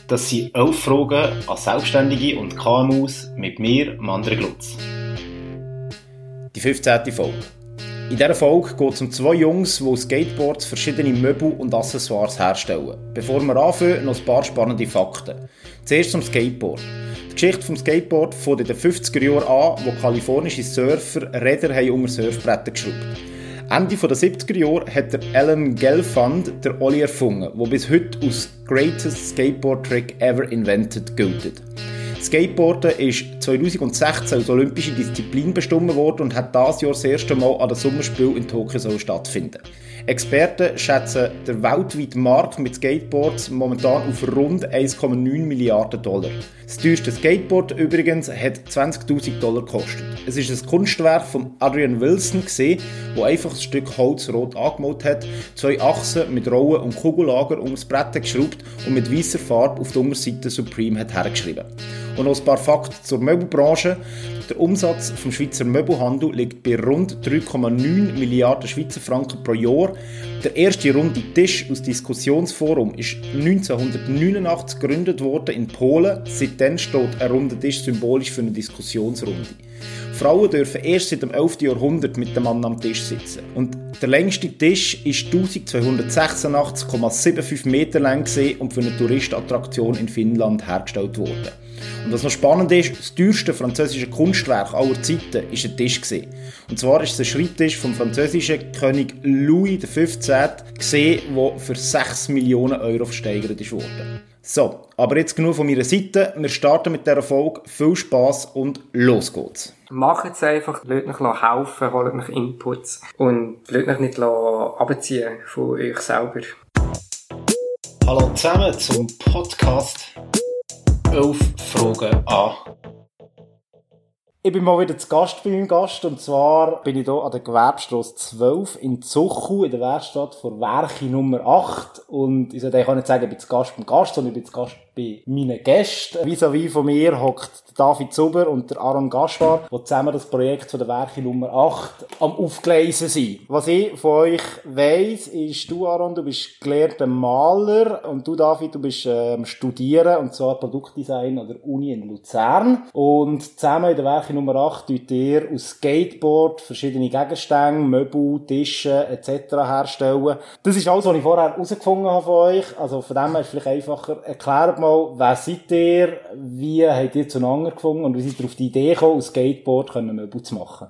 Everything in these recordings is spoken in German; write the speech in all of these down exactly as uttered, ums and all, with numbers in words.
Das sind elf Fragen an Selbstständige und K M Us mit mir, Mandre Glutz. Die fünfzehnte Folge. In dieser Folge geht es um zwei Jungs, die aus Skateboards verschiedene Möbel und Accessoires herstellen. Bevor wir anfangen, noch ein paar spannende Fakten. Zuerst zum Skateboard. Die Geschichte des Skateboard fängt in den fünfziger Jahren an, wo kalifornische Surfer Räder haben unter Surfbretter geschraubt. Ende der siebziger Jahre hat der Alan Gelfand der Ollie erfunden, der bis heute als greatest Skateboard Trick ever invented gilt. Skateboarden ist zweitausendsechzehn als olympische Disziplin bestimmt worden und hat dieses Jahr das erste Mal an den Sommerspielen in Tokio stattfinden. Experten schätzen den weltweiten Markt mit Skateboards momentan auf rund eins Komma neun Milliarden Dollar. Das teuerste Skateboard übrigens hat zwanzigtausend Dollar gekostet. Es ist ein Kunstwerk von Adrian Wilson, der einfach ein Stück Holz rot angemalt hat, zwei Achsen mit Rollen und Kugellager um das Brett geschraubt und mit weißer Farbe auf der Unterseite Supreme hat hergeschrieben. Und noch ein paar Fakten zur Möbelbranche. Der Umsatz vom Schweizer Möbelhandel liegt bei rund drei Komma neun Milliarden Schweizer Franken pro Jahr. Der erste runde Tisch aus Diskussionsforum ist neunzehnhundertneunundachtzig gegründet worden in Polen. Seitdem steht ein runder Tisch symbolisch für eine Diskussionsrunde. Frauen dürfen erst seit dem elften Jahrhundert mit dem Mann am Tisch sitzen. Und der längste Tisch ist eintausendzweihundertsechsundachtzig Komma fünfundsiebzig Meter lang und für eine Touristenattraktion in Finnland hergestellt worden. Und was noch spannend ist, das teuerste französische Kunstwerk aller Zeiten war ein Tisch. Und zwar ist es ein Schreibtisch vom französischen König Louis der fünfzehnte der für sechs Millionen Euro versteigert wurde. So, aber jetzt genug von meiner Seite. Wir starten mit dieser Folge. Viel Spass und los geht's. Macht es einfach, lasst euch helfen, holt euch Inputs und lasst euch nicht abziehen von euch selber. Hallo zusammen zum Podcast elf Fragen an. Ich bin mal wieder zu Gast bei meinem Gast, und zwar bin ich hier an der Gewerbestrasse zwölf in Zuchu, in der Werkstatt von Werke Nummer acht. Und ich sollte eigentlich nicht sagen, ich bin zu Gast beim Gast, sondern ich bin zu Gast bei meinen Gästen. Vis-à-vis von mir hockt David Zuber und der Aaron Gaspar, die zusammen das Projekt von der Werke Nummer acht am Aufgleisen sind. Was ich von euch weiss, ist, du Aaron, du bist gelehrter Maler und du David, du bist ähm, Studieren, und zwar Produktdesign an der Uni in Luzern. Und zusammen in der Werke Nummer acht tut ihr aus Skateboard verschiedene Gegenstände, Möbel, Tische et cetera herstellen. Das ist alles, was ich vorher herausgefunden habe von euch. Also von dem her ist es vielleicht einfacher. Erklärt mal, wer seid ihr, wie habt ihr zueinander gefunden und wie seid ihr auf die Idee gekommen, aus Skateboard können Möbel zu machen?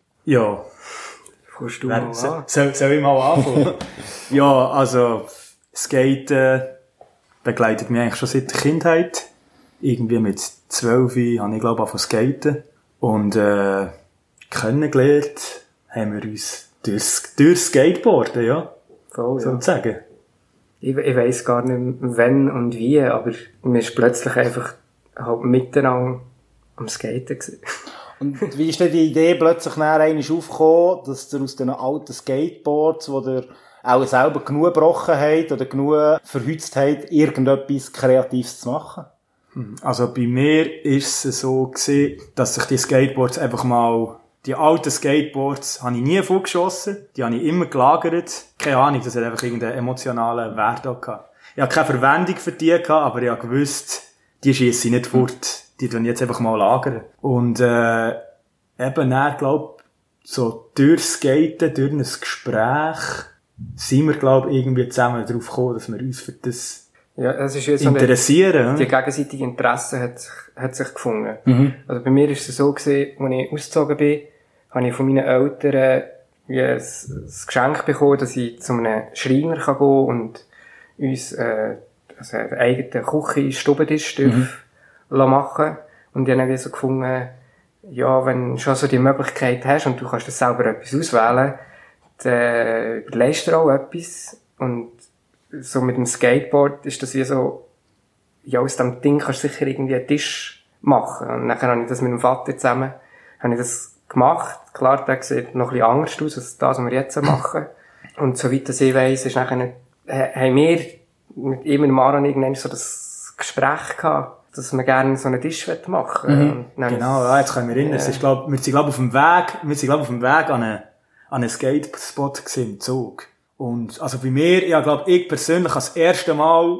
Ja. Fährst du mal so, soll, soll ich mal anfangen? Ja, also Skate äh, begleitet mich eigentlich schon seit der Kindheit. Irgendwie mit zwölf habe ich, glaube ich, angefangen zu skaten. Und äh, kennengelernt haben wir uns durchs, durchs Skateboarden, ja. Voll, ja. Sozusagen. Ich, ich weiss gar nicht wann und wie, aber mir ist plötzlich einfach halt miteinander am Skaten gewesen. Und wie ist denn die Idee plötzlich nachher einmal aufgekommen, dass ihr aus diesen alten Skateboards, die ihr auch selber genug gebrochen habt oder genug verhützt habt, irgendetwas Kreatives zu machen? Also bei mir ist es so gewesen, dass ich die Skateboards einfach mal, die alten Skateboards habe ich nie vorgeschossen, die habe ich immer gelagert. Keine Ahnung, das hat einfach irgendeinen emotionalen Wert auch gehabt. Ich habe keine Verwendung für die gehabt, aber ich habe gewusst, die schiesse ich nicht fort, die tun jetzt einfach mal lagern. Und äh, eben dann, glaub, so durchs Skaten, durch ein Gespräch, sind wir, glaub, irgendwie zusammen darauf gekommen, dass wir uns für das Ja, es ist ja so interessieren. Eine, die gegenseitige Interesse hat sich, hat sich gefunden. Mhm. Also bei mir ist es so gewesen, als ich ausgezogen bin, habe ich von meinen Eltern wie ein, ein Geschenk bekommen, dass ich zu einem Schreiner kann gehen und uns äh, also einen eigenen Küche-Stubentisch mhm. machen. Und ich habe dann so gefunden, ja, wenn du schon so die Möglichkeit hast und du kannst das selber etwas auswählen, dann überlegst du auch etwas. Und so mit dem Skateboard ist das wie so, ja, aus dem Ding kannst du sicher irgendwie einen Tisch machen. Und dann habe ich das mit dem Vater zusammen, habe ich das gemacht. Klar, der sieht noch ein bisschen anders aus, als das, was wir jetzt machen. Und soweit ich weiss, ist nachher, haben wir mit ihm und Maran irgendwann so das Gespräch gehabt, dass wir gerne so einen Tisch machen mhm. Genau, ja, jetzt können wir erinnern. Äh, glaub, wir sind, glaube auf dem Weg, wir sind, glaube auf dem Weg an einen, an einen Skate-Spot im Zug. Und, also bei mir, ja, glaube ich persönlich das erste Mal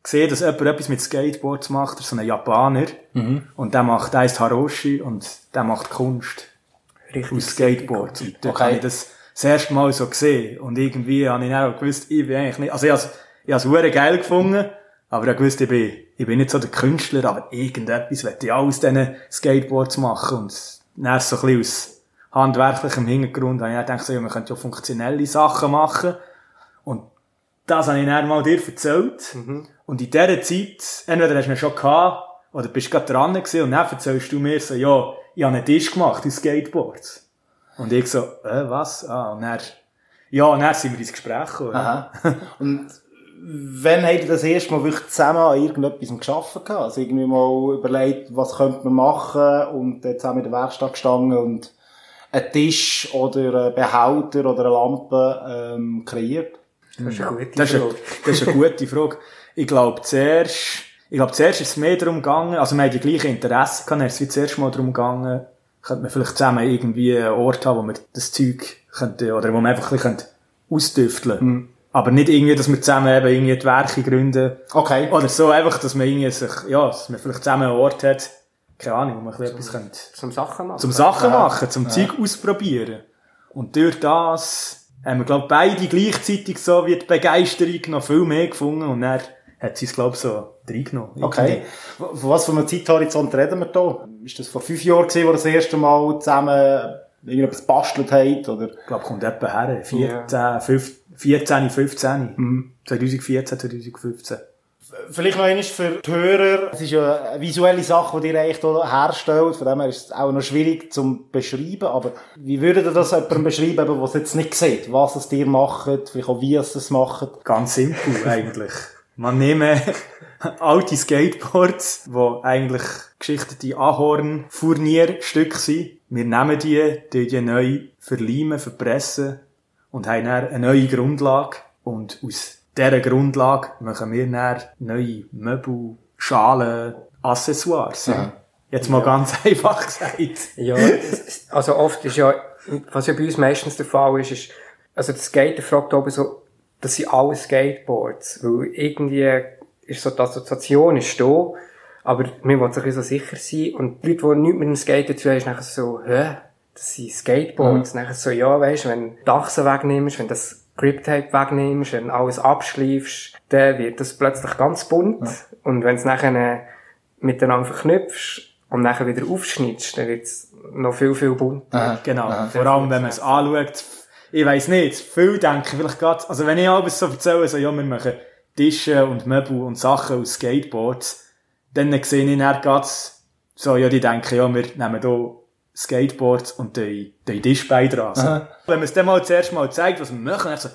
gesehen, dass jemand etwas mit Skateboards macht, so ein Japaner. Mhm. Und der macht, der heisst Haroshi und der macht Kunst. Richtig. Aus Skateboards. Und dort okay. habe ich das das erste Mal so gesehen. Und irgendwie habe ich dann auch gewusst, ich bin eigentlich nicht, also ich habe es, ich habe es verdammt geil gefunden, aber ich habe gewusst, ich bin, ich bin nicht so der Künstler, aber irgendetwas möchte ich auch aus diesen Skateboards machen. Und dann so ein bisschen aus handwerklichem Hintergrund habe ich dann gedacht, so, ja, man könnte ja funktionelle Sachen machen. Und das habe ich dann mal dir erzählt. Mhm. Und in dieser Zeit, entweder hast du ihn schon gehabt, oder bist gerade dran gewesen, und dann erzählst du mir so, ja, ich habe einen Tisch gemacht aus Skateboards. Und ich so, äh, was? Ah, und dann, ja, und dann sind wir ins Gespräch gekommen. Aha. Und wann habt ihr das erste Mal wirklich zusammen an irgendetwas geschaffen gehabt? Also irgendwie mal überlegt, was könnte man machen, und dann zusammen in der Werkstatt gestanden und einen Tisch oder einen Behälter oder eine Lampe ähm, kreiert? Das ist eine gute das Frage. Ist eine, das ist eine gute Frage. Ich glaube, zuerst, ich glaube, zuerst ist es mehr darum gegangen, also wir haben die gleichen Interessen gehabt, dann ist es zuerst mal darum gegangen, könnte man vielleicht zusammen irgendwie einen Ort haben, wo wir das Zeug könnte, oder wo man einfach ein bisschen ausdüfteln. Mhm. Aber nicht irgendwie, dass wir zusammen eben irgendwie die Werke gründen. Okay. Oder so, einfach, dass man irgendwie sich, ja, dass man vielleicht zusammen einen Ort hat, keine Ahnung, wo man ein bisschen etwas könnte. Zum Sachen machen. Zum Sachen ja. machen, zum ja. Zeug ausprobieren. Und durch das haben wir, glaube ich, beide gleichzeitig so wie die Begeisterung noch viel mehr gefunden, und dann hat sie es, glaube ich, so reingenommen. Okay. Von was für einem Zeithorizont reden wir da? Ist das vor fünf Jahren gewesen, wo ihr das erste Mal zusammen irgendetwas bastelt habt, oder? Ich glaube, kommt etwa her. vierzehn, fünfzehn, vierzehn, fünfzehn. Mhm. zwanzig vierzehn, zwanzig fünfzehn. Vielleicht noch einmal für die Hörer. Es ist ja eine visuelle Sache, die ihr eigentlich hier herstellt. Von dem her ist es auch noch schwierig zu beschreiben. Aber wie würdet ihr das jemandem beschreiben, der es jetzt nicht sieht? Was es dir macht, vielleicht auch wie es es macht? Ganz simpel, eigentlich. Man nehme alte Skateboards, die eigentlich geschichtete Ahorn-Furnierstücke sind. Wir nehmen die, die die neu verleimen, verpressen und haben dann eine neue Grundlage. Und aus dieser Grundlage machen wir dann neue Möbel, Schalen, Accessoires. Ja. Jetzt mal ja. ganz einfach gesagt. Ja, also oft ist ja, was ja bei uns meistens der Fall ist, ist, also der Skater fragt oben so, das sind alle Skateboards, weil irgendwie ist so die Assoziation ist da, aber wir wollen sich so sicher sein, und die Leute, die nichts mit dem Skaten zu tun haben, ist nachher so, hä, das sind Skateboards, mhm. nachher so, ja, weisst, wenn du die Achsen wegnimmst, wenn das Grip-Tape wegnimmst, wenn alles abschleifst, dann wird das plötzlich ganz bunt, ja. und wenn du es nachher miteinander verknüpfst und nachher wieder aufschnittst, dann wird es noch viel, viel bunter. Aha, genau, Aha. vor allem, wenn man es anschaut. Ich weiss nicht, viele denken vielleicht gerade, also wenn ich alles so erzähle, so, ja, wir machen Tische und Möbel und Sachen aus Skateboards, dann sehe ich dann gerade so, ja, die denken, ja, wir nehmen hier Skateboards und die, die Tischbeine dran. So. Wenn man es dann mal zuerst mal zeigt, was wir machen, dann so,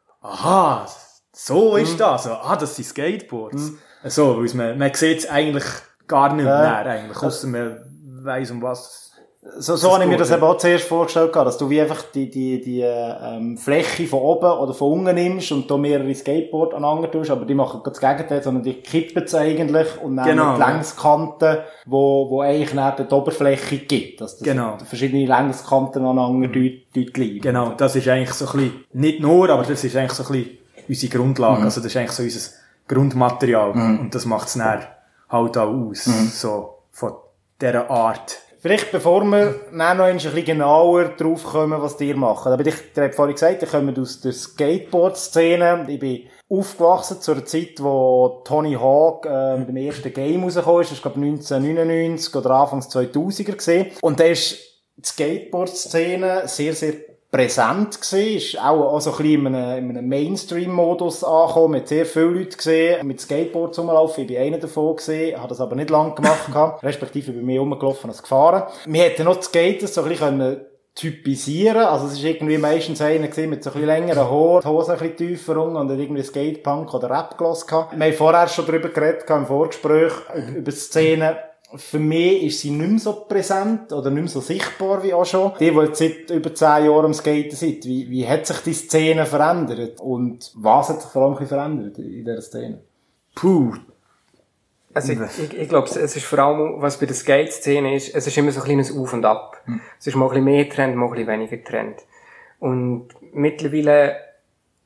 aha, so ist mhm. das, so, ah, das sind Skateboards. Mhm. So, weil man, man sieht es eigentlich gar nicht mehr, äh, eigentlich, ausser man weiss, um was. So, so habe ich mir das eben auch zuerst vorgestellt, dass du wie einfach die, die, die, ähm, Fläche von oben oder von unten nimmst und da mehrere Skateboards aneinander tust, aber die machen das Gegenteil, sondern die kippen es eigentlich und nehmen genau, die Längskanten, wo, wo eigentlich nicht die Oberfläche gibt, dass das genau. verschiedene Längskanten aneinander mhm. dort liegen. Genau, das ist eigentlich so ein bisschen, nicht nur, aber das ist eigentlich so ein bisschen unsere Grundlage, mhm. also das ist eigentlich so unser Grundmaterial, mhm. und das macht es dann halt auch aus, mhm. so, von dieser Art. Vielleicht, bevor wir dann noch ein bisschen genauer drauf kommen, was ihr macht. Aber ich, ihr habt vorhin gesagt, ihr kommt aus der Skateboard-Szene. Ich bin aufgewachsen zu einer Zeit, wo Tony Hawk äh, mit dem ersten Game rausgekommen ist. Das war, glaube ich, neunzehnhundertneunundneunzig oder Anfangs zweitausender gewesen. Und da ist die Skateboard-Szene sehr, sehr präsent gewesen, ist auch, auch so ein bisschen in einem, in einem Mainstream-Modus angekommen, mit sehr vielen Leuten gesehen, mit Skateboards rumlaufen, ich war einer davon gesehen, habe das aber nicht lange gemacht gehabt, respektive bei mir rumgelaufen als gefahren. Wir hätten noch die Skaters so ein bisschen typisieren, also es ist irgendwie meistens einer gewesen mit so ein bisschen längeren Haaren, die Hose ein bisschen tiefer rum und hat irgendwie Skatepunk oder Rap gehört gehabt. Wir haben vorher schon darüber geredet, im Vorgespräch, über die Szene. Für mich ist sie nicht mehr so präsent oder nicht mehr so sichtbar wie auch schon. Die, die jetzt seit über zehn Jahren am Skaten sind, wie, wie hat sich die Szene verändert? Und was hat sich vor allem ein bisschen verändert in dieser Szene? Puh. Also ich, ich, ich glaube, es ist vor allem, was bei der Skate-Szene ist, es ist immer so ein kleines Auf und Ab. Hm. Es ist mal ein bisschen mehr Trend, mal ein bisschen weniger Trend. Und mittlerweile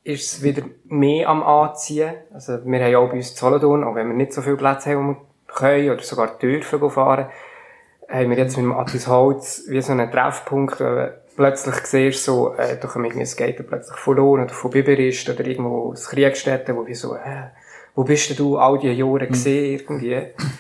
ist es wieder mehr am Anziehen. Also, wir haben ja auch bei uns in Solothurn, auch wenn wir nicht so viel Plätze haben, wo wir können oder sogar dürfen fahren, haben wir jetzt mit dem Attisholz wie so einen Treffpunkt, wo plötzlich siehst so, äh, da kommen irgendwie ein Skater plötzlich von Lohn oder von Biberist oder irgendwo aus Kriegstätten, wo wir so, äh, wo bist denn du all die Jahre gesehen, irgendwie?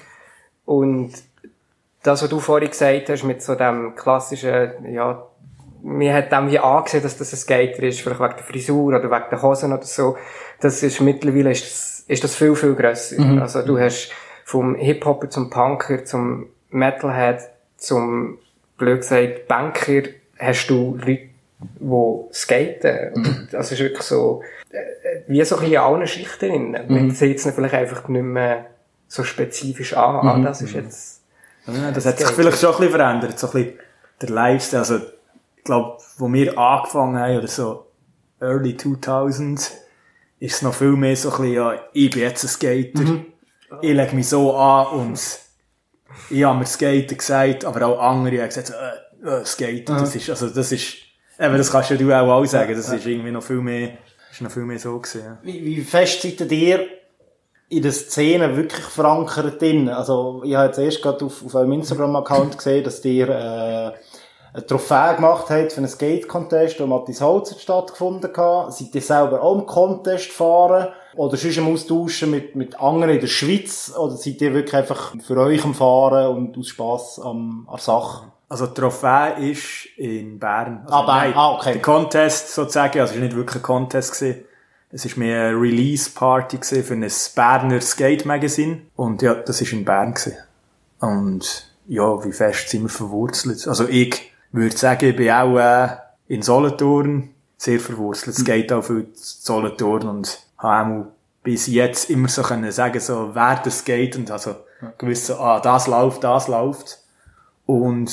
Und das, was du vorhin gesagt hast, mit so dem klassischen, ja, mir hat dem wie angesehen, dass das ein Skater ist, vielleicht wegen der Frisur oder wegen der Hosen oder so. Das ist mittlerweile, ist das, ist das viel, viel grösser. Mhm. Also du hast vom Hip-Hopper zum Punker, zum Metalhead, zum, blöd gesagt, Banker, hast du Leute, die skaten. Mhm. Das ist wirklich so, äh, wie so ein bisschen in allen Schichten drin. Mhm. Man sieht es vielleicht einfach nicht mehr so spezifisch an. Mhm. Ah, das ist jetzt, ja, das hat sich vielleicht schon ein bisschen verändert, so ein bisschen der Lifestyle. Also, ich glaube, wo wir angefangen haben, oder so Early zweitausend, ist es noch viel mehr so ein bisschen, ja, ich bin jetzt ein Skater, mhm. ich lege mich so an und ich habe mir Skater gesagt, aber auch andere haben gesagt, äh, äh, Skater, mhm. das ist, also das ist, eben, das kannst ja du auch, auch sagen, das ist irgendwie noch viel mehr, ist noch viel mehr so gewesen, ja. Wie, wie fest seid ihr in der Szene wirklich verankert drin? Also, ich habe jetzt erst gerade auf, auf eurem Instagram-Account gesehen, dass ihr, äh, eine Trophäe gemacht habt für einen Skate-Contest, der Matthias Holzer stattgefunden hat. Seid ihr selber auch im Contest fahren? Oder sonst im Austauschen mit, mit anderen in der Schweiz? Oder seid ihr wirklich einfach für euch am Fahren und aus Spass am, an Sache? Also, die Trophäe ist in Bern. Also, ah, Bern. Nein, ah, okay. Der Contest sozusagen, also, es war nicht wirklich ein Contest gewesen. Es war mehr eine Release-Party gewesen für ein Berner Skate-Magazine. Und ja, das war in Bern gewesen. Und, ja, wie fest sind wir verwurzelt? Also, ich würde sagen, ich bin auch äh, in Solothurn sehr verwurzelt. Es geht auch viel in Solothurn und habe auch bis jetzt immer so können sagen, so, wer das geht und also gewiss so, ah, das läuft, das läuft. Und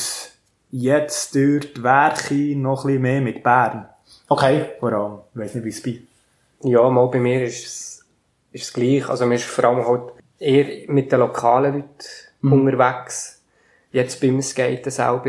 jetzt durch die Werke noch ein bisschen mehr mit Bern. Okay. Vor allem, ich weiss nicht, wie es bei. Ja, mal bei mir ist es, ist es gleich. Also, man ist vor allem halt eher mit den lokalen Leuten mhm. unterwegs. Jetzt beim Skaten selber.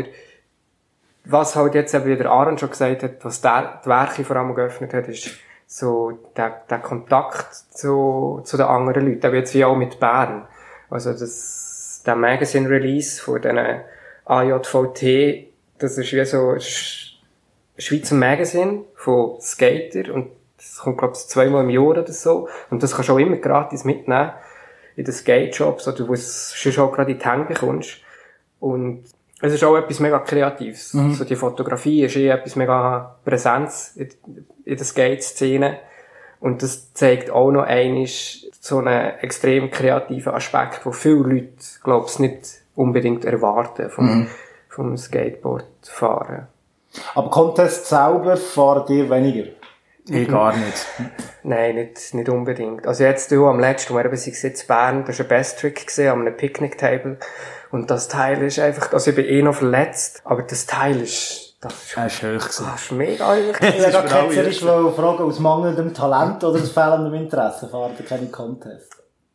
Was halt jetzt eben, wie der Aaron schon gesagt hat, was der, die Werke vor allem geöffnet hat, ist so der, der Kontakt zu, zu den anderen Leuten. Aber jetzt wie auch mit Bern. Also das, der Magazine-Release von diesen A J V T, das ist wie so ein Schweizer Magazine von Skater und das kommt, glaube ich, zweimal im Jahr oder so. Und das kannst du auch immer gratis mitnehmen in den Skate-Shops oder wo es schon auch gerade in die Hände bekommst. Und es ist auch etwas mega Kreatives. Mhm. So die Fotografie ist eh etwas mega Präsenz in, in der Skate-Szene. Und das zeigt auch noch einmal so einen extrem kreativen Aspekt, wo viele Leute, glaube ich, nicht unbedingt erwarten vom, mhm. vom Skateboardfahren. Aber Contest selber fahrt ihr weniger? Nee, gar nicht. Nein, nicht, nicht unbedingt. Also jetzt, du, am letzten, wo wir sind jetzt in Bern, das war ein Best-Trick gesehen, an einem Picknick-Table. Und das Teil ist einfach, also ich bin eh noch verletzt, aber das Teil ist, das ist, das ist hoch gewesen. Das ist mega hoch. Ich will gerade ketzerisch fragen, aus mangelndem Talent oder aus fehlendem Interesse fahren ihr keine Contest?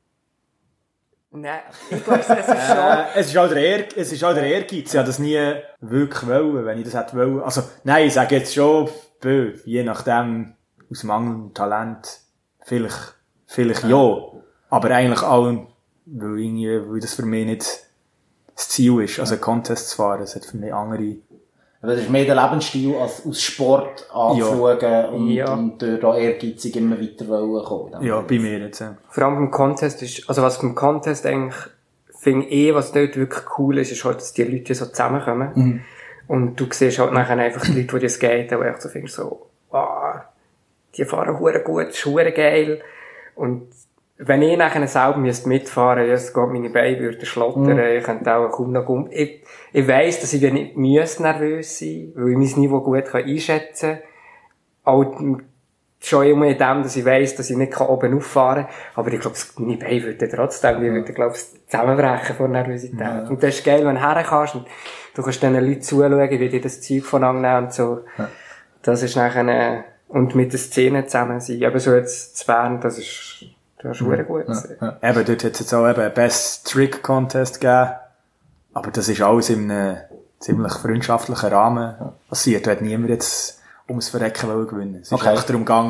Nein, ich glaube, es ist schon... Äh, es ist auch der Ehr, es ist auch der Ehrgeiz. Ich habe das nie wirklich wollen, wenn ich das hätte wollen. Also, nein, ich sage jetzt schon, bö, je nachdem, aus mangelndem Talent, vielleicht, vielleicht ja. ja. Aber eigentlich auch, weil irgendwie, weil das für mich nicht das Ziel ist, also Contest zu fahren. Das hat für mich andere... Aber das ist mehr der Lebensstil, als aus Sport anzuschauen ja. Und, ja. und dort auch ehrgeizig immer weiter wollen kommen. Ja, bei mir jetzt, ja. Vor allem beim Contest ist, also was beim Contest eigentlich, finde ich eh, was dort wirklich cool ist, ist halt, dass die Leute so zusammenkommen. Mhm. Und du siehst halt nachher einfach die Leute, die das skaten, wo ich so finde, so, ah, oh, die fahren hure gut, das ist hure geil. Und wenn ich nachher selber müsste mitfahren, ja, es geht meine Beine würden schlottern, mhm. ich könnte auch kaum noch um. Ich, ich weiss, dass ich nicht müsste nervös sein, weil ich mein Niveau gut kann einschätzen kann. Auch schon immer in dem, dass ich weiss, dass ich nicht oben auffahren kann. Aber ich glaube, meine Beine würden trotzdem, die würden, glaube ich, zusammenbrechen vor Nervosität. Ja. Und das ist geil, wenn du herkommst und du kannst den Leuten zuschauen, wie die das Zeug voneinander nehmen und so. Ja. Das ist nachher, eine, und mit der Szene zusammen sein. Aber so jetzt zu Bern, das ist, das ist mhm. gut. Ja. Ja. Eben, dort hat es jetzt auch eben einen Best Trick Contest gegeben. Aber das ist alles in einem ziemlich freundschaftlichen Rahmen passiert. Da hat niemand jetzt ums Verrecken gewinnen. Es ist okay. einfach darum gegangen,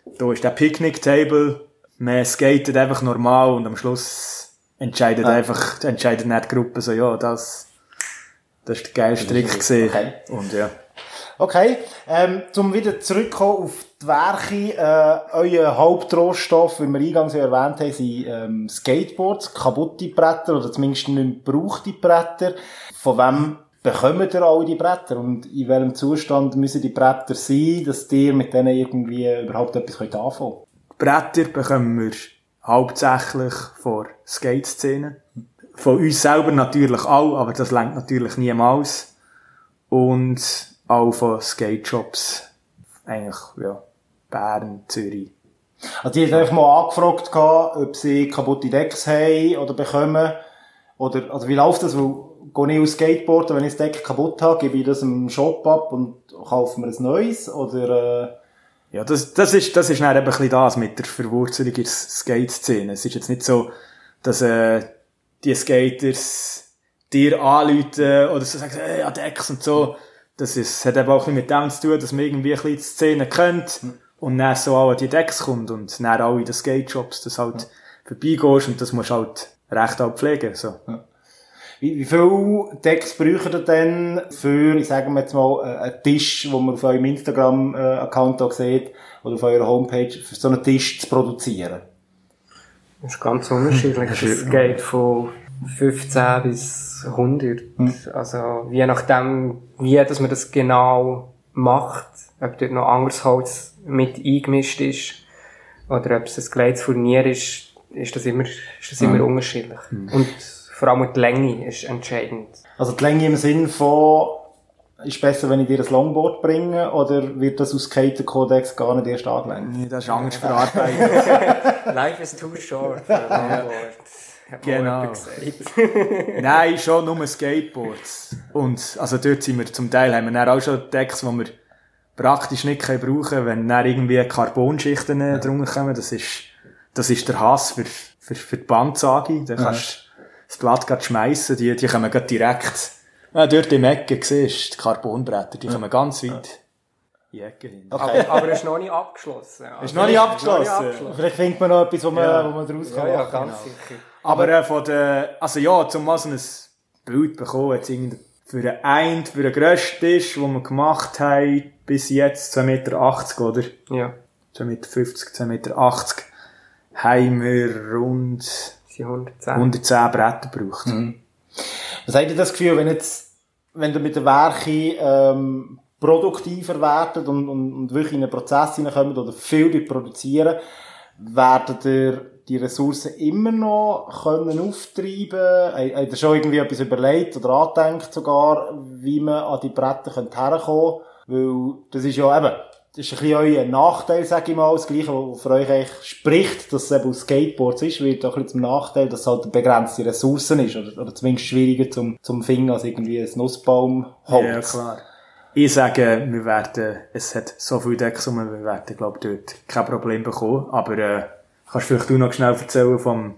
da ist der Picknick-Table, man skatet einfach normal und am Schluss entscheidet ja. einfach, entscheidet nicht die Gruppe so, ja, das, das ist der geilste Trick gewesen. Okay. Und ja. Okay, ähm, zum wieder zurückkommen auf die Werke, äh, euer Hauptrohstoff, wie wir eingangs ja erwähnt haben, sind ähm, Skateboards, kaputte Bretter oder zumindest nicht gebrauchte Bretter. Von wem bekommt ihr alle die Bretter und in welchem Zustand müssen die Bretter sein, dass ihr mit denen irgendwie überhaupt etwas anfangen könnt? Bretter bekommen wir hauptsächlich von Skate-Szenen. Von uns selber natürlich auch, aber das reicht natürlich niemals. Und auch von Skate-Shops. Eigentlich, ja, Bern, Zürich. Also die haben einfach mal angefragt, ob sie kaputte Decks haben oder bekommen. Oder, also wie läuft das? Weil, gehe ich aus Skateboarden, wenn ich das Deck kaputt habe, gebe ich das im Shop ab und kaufe mir ein neues? Oder, äh ja, das, das ist, das ist dann eben ein bisschen das mit der Verwurzelung in der Skate-Szene. Es ist jetzt nicht so, dass, äh, die Skaters dir anrufen oder so sagen, hey, ja, Decks und so. Das ist, hat eben auch mit dem zu tun, dass man irgendwie ein bisschen die Szene kennt und dann so auch an die Decks kommt und dann auch in den Skate-Shops das halt ja. vorbeigehst und das musst du halt recht auch pflegen, so. Ja. Wie, wie viele Decks braucht ihr denn für, ich sage mal jetzt mal, einen Tisch, wo man auf eurem Instagram-Account auch sieht, oder auf eurer Homepage, für so einen Tisch zu produzieren? Das ist ganz unterschiedlich. Es geht von fünfzehn bis hundert. Hm. Also, je nachdem, wie, dass man das genau macht, ob dort noch anderes Holz mit eingemischt ist, oder ob es ein Gleits Furnier ist, ist das immer, ist das immer hm. unterschiedlich. Hm. Und vor allem die Länge ist entscheidend. Also die Länge im Sinn von, ist besser, wenn ich dir ein Longboard bringe, oder wird das aus Skater-Kodex gar nicht erst angelegt? Nee, das ist Angst für Arbeit. Life is too short für ein Longboard. Genau. Nein, schon nur Skateboards. Und, also dort sind wir, zum Teil haben wir dann auch schon Decks, die wir praktisch nicht brauchen können, wenn dann irgendwie Carbonschichten ja. drunter kommen. Das ist, das ist der Hass für, für, für die Bandsage. Da kannst du ja. das Blatt grad schmeissen, die, die kommen grad direkt, ja, dort im Ecke, siehst du, die Carbonbretter, die ja. kommen ganz weit. Ja. Die Ecke hin. Okay. Aber, aber es ist noch nicht abgeschlossen. Also ist noch nicht abgeschlossen. Noch nicht abgeschlossen. Vielleicht findet man noch etwas, wo man, ja. wo man daraus ja, kann. Ja, ganz genau. sicher. Aber äh, von der, also ja, zum mal so ein Bild bekommen, jetzt irgendwie für den einen, für den grössten Tisch, den wir gemacht haben, bis jetzt zwei Meter achtzig, oder? Ja. zwei Meter fünfzig, zwei Meter achtzig, haben wir rund hundertzehn. hundertzehn Bretter gebraucht. Mhm. Was habt ihr das Gefühl, wenn jetzt, wenn ihr mit den Werken, ähm, produktiver werdet und, und, und wirklich in einen Prozess hineinkommt oder viel produzieren, werdet ihr die Ressourcen immer noch können auftreiben? Habt ihr schon irgendwie etwas überlegt oder angedenkt sogar, wie man an die Bretter herkommen könnte? Weil das ist ja eben, das ist ein bisschen euer Nachteil, sage ich mal, das Gleiche, was für euch eigentlich spricht, dass es eben aus Skateboards ist, wird auch ein bisschen zum Nachteil, dass es halt begrenzte Ressourcen ist, oder, oder zumindest schwieriger zum, zum Finden als irgendwie ein Nussbaumholz. Ja, klar. Ich sage, wir werden, es hat so viele Decks rum, wir werden, glaube ich, dort kein Problem bekommen, aber, äh, kannst du vielleicht auch noch schnell erzählen vom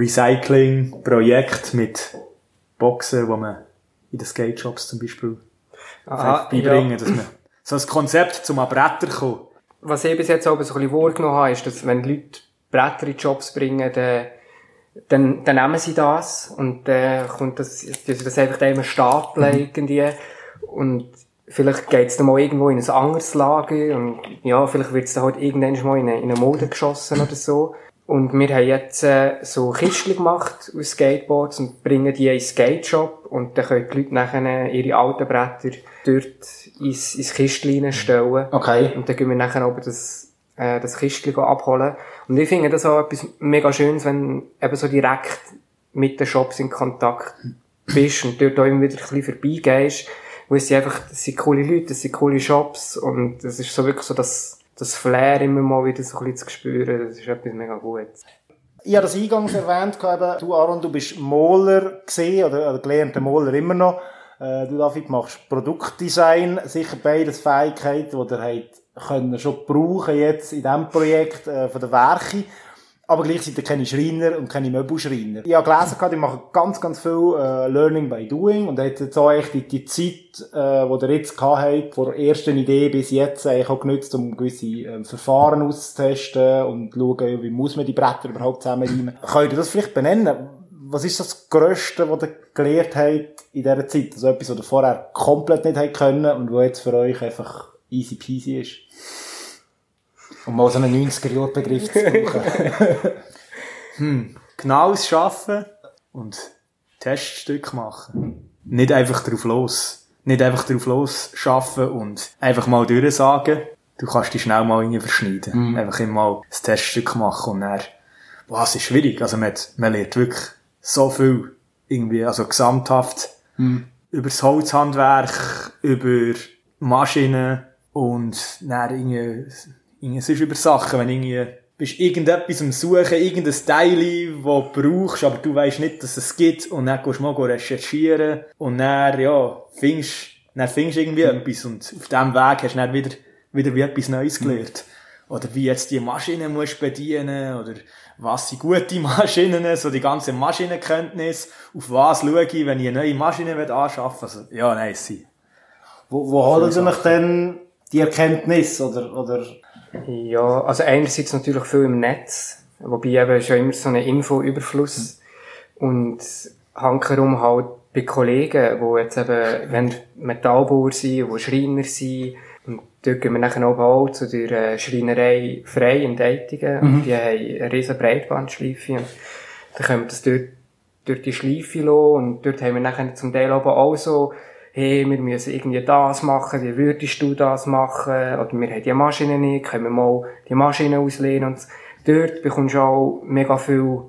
Recycling-Projekt mit Boxen, wo man in den Skate-Shops zum Beispiel Aha, beibringen, ja. dass man so ein Konzept zum an Bretter kommen. Was ich bis jetzt auch so ein bisschen wahrgenommen habe, ist, dass wenn Leute Bretter in die Shops bringen, dann, dann, dann nehmen sie das und dann kommt das, das, das einfach immer stapeln irgendwie und vielleicht geht's dann mal irgendwo in ein anderes Lager und ja, vielleicht wird's dann halt irgendwann mal in eine, in eine Mode geschossen oder so. Und wir haben jetzt äh, so Kistchen gemacht aus Skateboards und bringen die in den Skate-Shop und dann können die Leute nachher ihre alten Bretter dort ins, ins Kistchen stellen. Okay. Und dann gehen wir nachher oben das, äh, das Kistchen abholen. Und ich finde das auch etwas mega Schönes, wenn eben so direkt mit den Shops in Kontakt bist und dort auch immer wieder ein bisschen vorbeigehst. Weil es sind einfach, das sind coole Leute, das sind coole Shops und es ist so wirklich so, dass das Flair immer mal wieder so ein bisschen zu spüren, das ist etwas mega Gutes. Ich habe das eingangs erwähnt, eben, du Aaron, du bist Maler gewesen, oder, oder gelernter Maler immer noch. Äh, du David machst Produktdesign, sicher beides Fähigkeiten, die ihr habt können schon brauchen jetzt in diesem Projekt äh, von der Werke. aber gleichzeitig keine Schreiner und keine Möbelschreiner. Ich habe gelesen, die machen ganz, ganz viel äh, Learning by Doing und hat jetzt auch echt die, die Zeit, äh, die ihr jetzt gehabt habt, von der ersten Idee bis jetzt eigentlich auch genutzt, um gewisse äh, Verfahren auszutesten und schauen, wie muss man die Bretter überhaupt zusammenreimen. Könnt ihr das vielleicht benennen? Was ist das Grösste, was ihr gelernt habt in dieser Zeit? Also etwas, was ihr vorher komplett nicht habt können und was jetzt für euch einfach easy peasy ist? Um mal so einen neunziger-Jahr-Begriff zu brauchen. hm. Genaues Arbeiten und Teststück machen. Nicht einfach drauf los. Nicht einfach drauf los arbeiten und einfach mal durchsagen. Du kannst dich schnell mal irgendwie verschneiden. Mhm. Einfach immer mal ein Teststück machen und dann, wow, es ist schwierig. Also man, man lernt wirklich so viel irgendwie, also gesamthaft mhm. über das Holzhandwerk, über Maschinen und dann irgendwie, irgendwie es ist über Sachen, wenn irgendwie bist irgendetwas am Suchen, irgendein Teil, das du brauchst, aber du weisst nicht, dass es gibt und dann gehst du mal recherchieren und dann, ja, findest, dann findest du irgendwie mhm. etwas und auf diesem Weg hast du dann wieder, wieder wie etwas Neues gelernt. Mhm. Oder wie jetzt die Maschinen musst bedienen oder was sind gute Maschinen, so die ganze Maschinenkenntnis, auf was schaue ich, wenn ich eine neue Maschine anschaffen will. Also, ja, nein, sie. Wo, wo holen Sie mich denn die Erkenntnis, oder, oder? Ja, also einerseits natürlich viel im Netz, wobei eben schon immer so ein Infoüberfluss mhm. und hankerum halt bei Kollegen, die jetzt eben, wenn Metallbauer sind, die Schreiner sind, und dort gehen wir nachher auch zu der Schreinerei Frei in Deitingen, mhm. und die haben eine riesen Breitbandschleife, und dann können wir das dort durch die Schleife lassen, und dort haben wir nachher zum Teil aber auch so, hey, wir müssen irgendwie das machen, wie würdest du das machen, oder wir haben die Maschine nicht, können wir mal die Maschine auslehnen, und dort bekommst du auch mega viel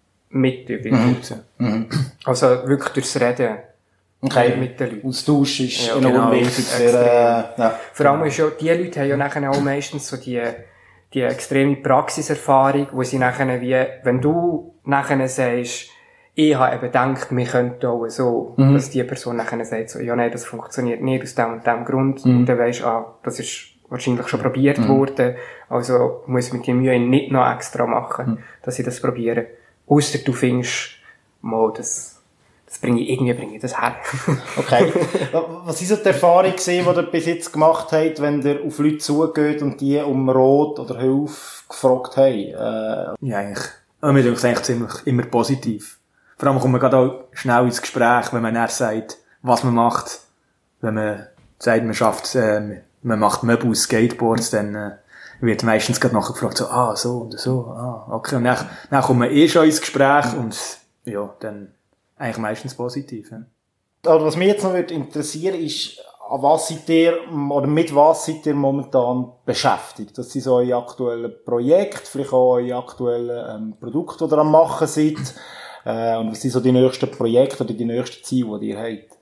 mit über mhm. mhm. Also wirklich durchs Reden. Okay. Mit den Leuten. Austausch ist ja, enorm genau, wichtig. Für, äh, ja. Vor allem ist ja, die Leute haben ja nachher auch meistens so die, die extreme Praxiserfahrung, wo sie nachher wie, wenn du nachher sagst, ich habe eben gedacht, wir könnten auch so, mhm. dass die Person nachher sagt so, ja nein, das funktioniert nicht aus dem und dem Grund, mhm. und dann weisst du, ah, das ist wahrscheinlich schon probiert mhm. worden, also muss man die Mühe nicht noch extra machen, mhm. dass ich das probiere. Ausser du findest, mal, das, das bringe ich, irgendwie bringe ich das her. Okay. Was ist so die Erfahrung gewesen, die ihr bis jetzt gemacht habt, wenn ihr auf Leute zugeht und die um Rat oder Hilfe gefragt haben? Äh, ja, eigentlich. Also, mir denke ich eigentlich ziemlich immer positiv. Vor allem kommt man gerade auch schnell ins Gespräch, wenn man erst sagt, was man macht. Wenn man sagt, man schafft, äh, man macht Möbel aus Skateboards, dann, äh, wird meistens gerade nachher gefragt, so, ah, so und so, ah, okay. Und dann, dann kommt man eh schon ins Gespräch und, ja, dann eigentlich meistens positiv. Ja. Also, was mich jetzt noch würde interessieren, ist, an was seid ihr, oder mit was seid ihr momentan beschäftigt? Das sind so eure aktuellen Projekte, vielleicht auch eure aktuellen ähm, Produkte, die ihr am machen seid. Äh, und was sind so die nächsten Projekte oder die nächsten Ziele, die ihr habt?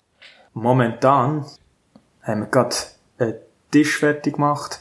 Momentan haben wir gerade einen Tisch fertig gemacht.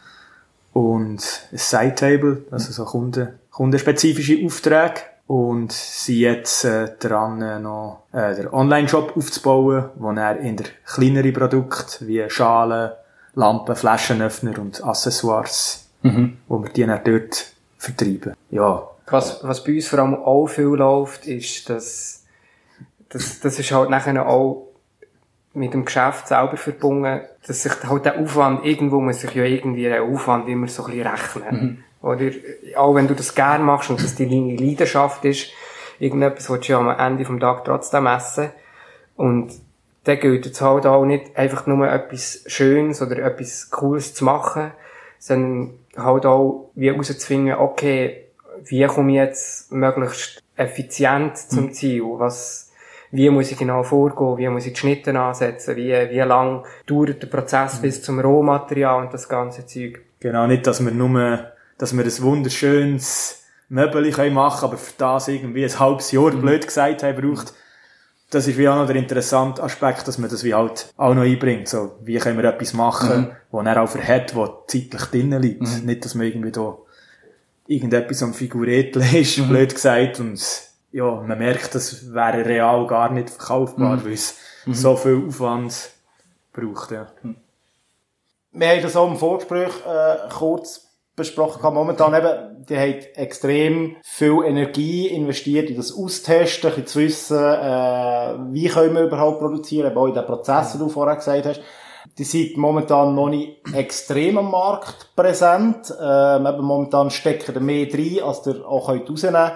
Und ein Side-Table, also so Kunden, kundenspezifische Aufträge. Und sind jetzt äh, dran, äh, noch äh, den Online-Shop aufzubauen, wo er in der kleineren Produkte wie Schalen, Lampen, Flaschenöffner und Accessoires, mhm. wo wir die dann dort vertreiben. Ja. Was, was bei uns vor allem auch viel läuft, ist, dass, dass das ist halt nachher auch mit dem Geschäft selber verbunden, dass sich halt der Aufwand, irgendwo muss sich ja irgendwie der Aufwand immer so ein bisschen rechnen. Mhm. Oder, auch wenn du das gerne machst und das deine Leidenschaft ist, irgendetwas willst du ja am Ende vom Tag trotzdem essen. Und dann gilt es halt auch nicht einfach nur etwas Schönes oder etwas Cooles zu machen, sondern halt auch wie herauszufinden, okay, wie komme ich jetzt möglichst effizient zum Ziel? Was, wie muss ich genau vorgehen? Wie muss ich die Schnitte ansetzen? Wie, wie lang dauert der Prozess bis zum Rohmaterial und das ganze Zeug? Genau, nicht, dass wir nur, dass wir ein wunderschönes Möbel machen können, aber für das irgendwie ein halbes Jahr, mhm. blöd gesagt, haben braucht. Das ist wie auch noch der interessante Aspekt, dass man das wie halt auch noch einbringt. So, wie können wir etwas machen, mhm. wo er auch verhält, wo zeitlich drinnen liegt. Mhm. Nicht, dass man irgendwie da irgendetwas am Figurettel ist, mhm. blöd gesagt, und ja, man merkt, das wäre real gar nicht verkaufbar, mhm. weil es mhm. so viel Aufwand braucht, ja. Wir haben das auch im Vorgespräch äh, kurz besprochen haben. Momentan eben, die haben extrem viel Energie investiert in das Austesten, ein bisschen zu wissen, äh, wie können wir überhaupt produzieren, eben auch in den Prozessen, die du vorher gesagt hast. Die sind momentan noch nicht extrem am Markt präsent. Ähm, eben momentan stecken da mehr drin, als ihr auch rausnehmen könnt.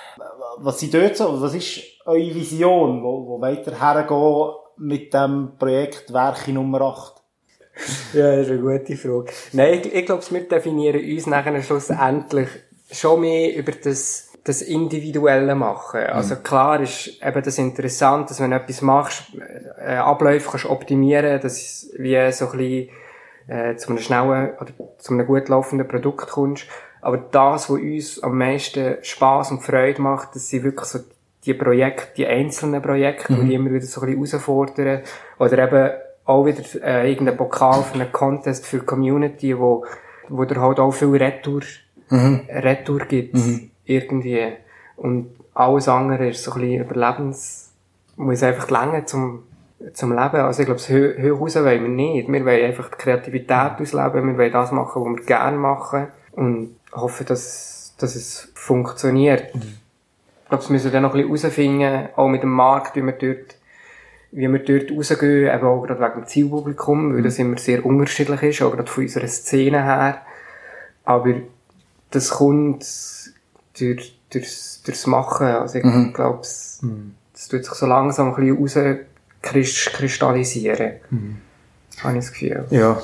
Was sind dort so? Was ist eure Vision, wo, wo weiter hergehen mit dem Projekt Werke Nummer acht? Ja, das ist eine gute Frage. Nein, ich, ich glaube, wir definieren uns nachher schlussendlich schon mehr über das, das Individuelle machen. Mhm. Also klar ist eben das interessant, dass wenn du etwas machst, äh, Abläufe kannst optimieren, dass es wie so ein bisschen, äh, zu einem schnellen oder zu einem gut laufenden Produkt kommst. Aber das, was uns am meisten Spass und Freude macht, das sind wirklich so die Projekte, die einzelnen Projekte, mhm. die immer wieder so ein bisschen herausfordern. Oder eben auch wieder äh, irgendein Pokal für einen Contest für die Community, wo, wo der halt auch viel Retour, mhm. Retour gibt, mhm. irgendwie. Und alles andere ist so ein bisschen Überlebens, muss einfach länger zum, zum Leben. Also ich glaube, das Hö- Höhe raus wollen wir nicht. Wir wollen einfach die Kreativität ausleben, wir wollen das machen, was wir gerne machen. Und hoffen, dass, dass es funktioniert. Mhm. Ich glaube, wir müssen dann noch ein bisschen herausfinden, auch mit dem Markt, wie wir dort wie wir dort rausgehen, eben auch gerade wegen dem Zielpublikum, weil das immer sehr unterschiedlich ist, auch gerade von unserer Szene her. Aber das kommt durch, durchs, durchs Machen. Also ich mhm. glaube, es, mhm. das tut sich so langsam ein bisschen rauskristallisieren. Mhm. Habe ich das Gefühl. Ja.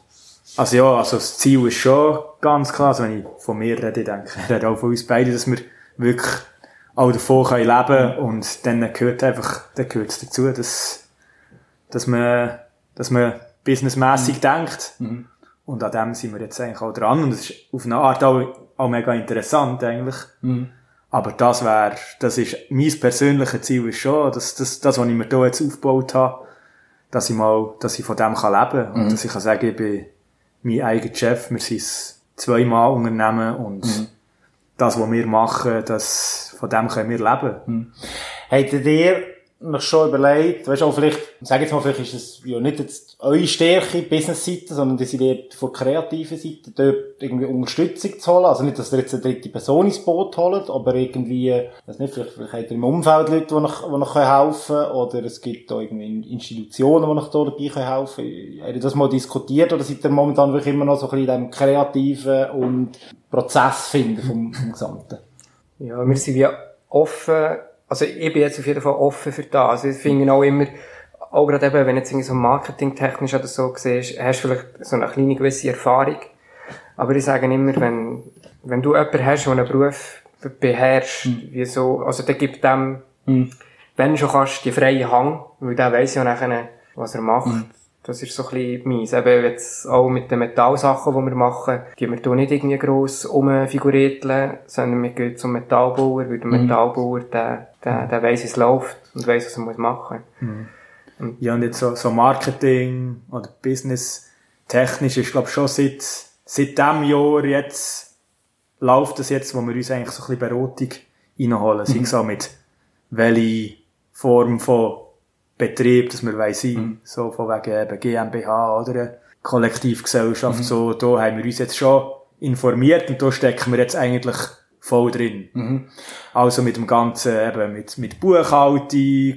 Also ja, also das Ziel ist schon ganz klar, also wenn ich von mir rede, denke ich rede auch von uns beiden, dass wir wirklich auch davon können leben und dann gehört einfach, dann gehört es dazu, dass, dass man, dass man businessmässig mhm. denkt. Mhm. Und an dem sind wir jetzt eigentlich auch dran und das ist auf eine Art auch, auch mega interessant eigentlich. Mhm. Aber das wäre, das ist, mein persönliches Ziel ist schon, dass, das, das, was ich mir hier jetzt aufgebaut habe, dass ich mal, dass ich von dem kann leben kann. Mhm. Und dass ich kann sagen, ich bin mein eigener Chef, wir sind zweimal Unternehmen und mhm. das, was wir machen, das, von dem können wir leben. Hm. Habt ihr euch schon überlegt, weißt du, auch vielleicht, sag jetzt mal, vielleicht ist es ja nicht jetzt eure Stärke, Business-Seite, sondern dass ihr dort von kreativen Seite dort irgendwie Unterstützung zu holen, also nicht, dass ihr jetzt eine dritte Person ins Boot holt, aber irgendwie, weiß nicht, vielleicht, vielleicht habt ihr im Umfeld Leute, die euch, die euch helfen können, oder es gibt da irgendwie Institutionen, die euch da dabei helfen können. Habt ihr das mal diskutiert, oder seid ihr momentan wirklich immer noch so ein bisschen in diesem kreativen und Prozess finden vom, vom Gesamten? Ja, wir sind wie offen, also ich bin jetzt auf jeden Fall offen für das. Also ich finde auch immer, auch gerade eben, wenn jetzt irgendwie so marketingtechnisch oder so siehst, hast du vielleicht so eine kleine gewisse Erfahrung. Aber ich sage immer, wenn, wenn du jemanden hast, der einen Beruf beherrscht, mhm. wie so, also der gibt dem, mhm. wenn schon kannst, die freie Hang, weil der weiss ja nachher, was er macht. Mhm. Das ist so ein bisschen meins. Eben jetzt auch mit den Metallsachen, die wir machen, die wir hier nicht irgendwie gross umfigurieren, sondern wir gehen zum Metallbauer, weil der mhm. Metallbauer, der, der, der weiss, wie es läuft und weiss, was er muss machen muss. Mhm. Und ja, und jetzt so, so Marketing oder Business technisch ist, glaube ich, schon seit, seit diesem Jahr jetzt, läuft das jetzt, wo wir uns eigentlich so ein bisschen Beratung reinholen. Mhm. Sei es auch mit welche Form von Betrieb, dass wir weiss sein, mhm. so von wegen eben GmbH oder eine Kollektivgesellschaft, mhm. so, da haben wir uns jetzt schon informiert und da stecken wir jetzt eigentlich voll drin. Mhm. Also mit dem Ganzen, eben mit, mit Buchhaltung,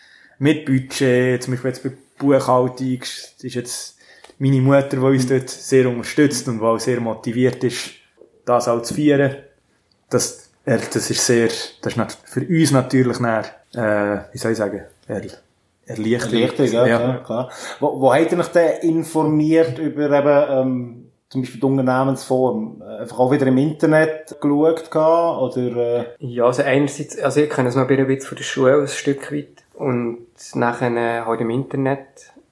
mit Budget, zum Beispiel jetzt bei Buchhaltung, das ist jetzt meine Mutter, die uns dort sehr unterstützt und die auch sehr motiviert ist, das auch zu feiern. Das, das ist sehr, das ist für uns natürlich näher, äh, wie soll ich sagen, Erleichterung. Erleichterung, ja, ja. Klar, klar. Wo, wo habt ihr euch denn informiert über eben, ähm, zum Beispiel die Unternehmensform? Einfach auch wieder im Internet geschaut gehabt, oder, äh? Ja, also einerseits, also ich kenne es noch ein bisschen von der Schule, ein Stück weit. Und nachher äh, halt im Internet.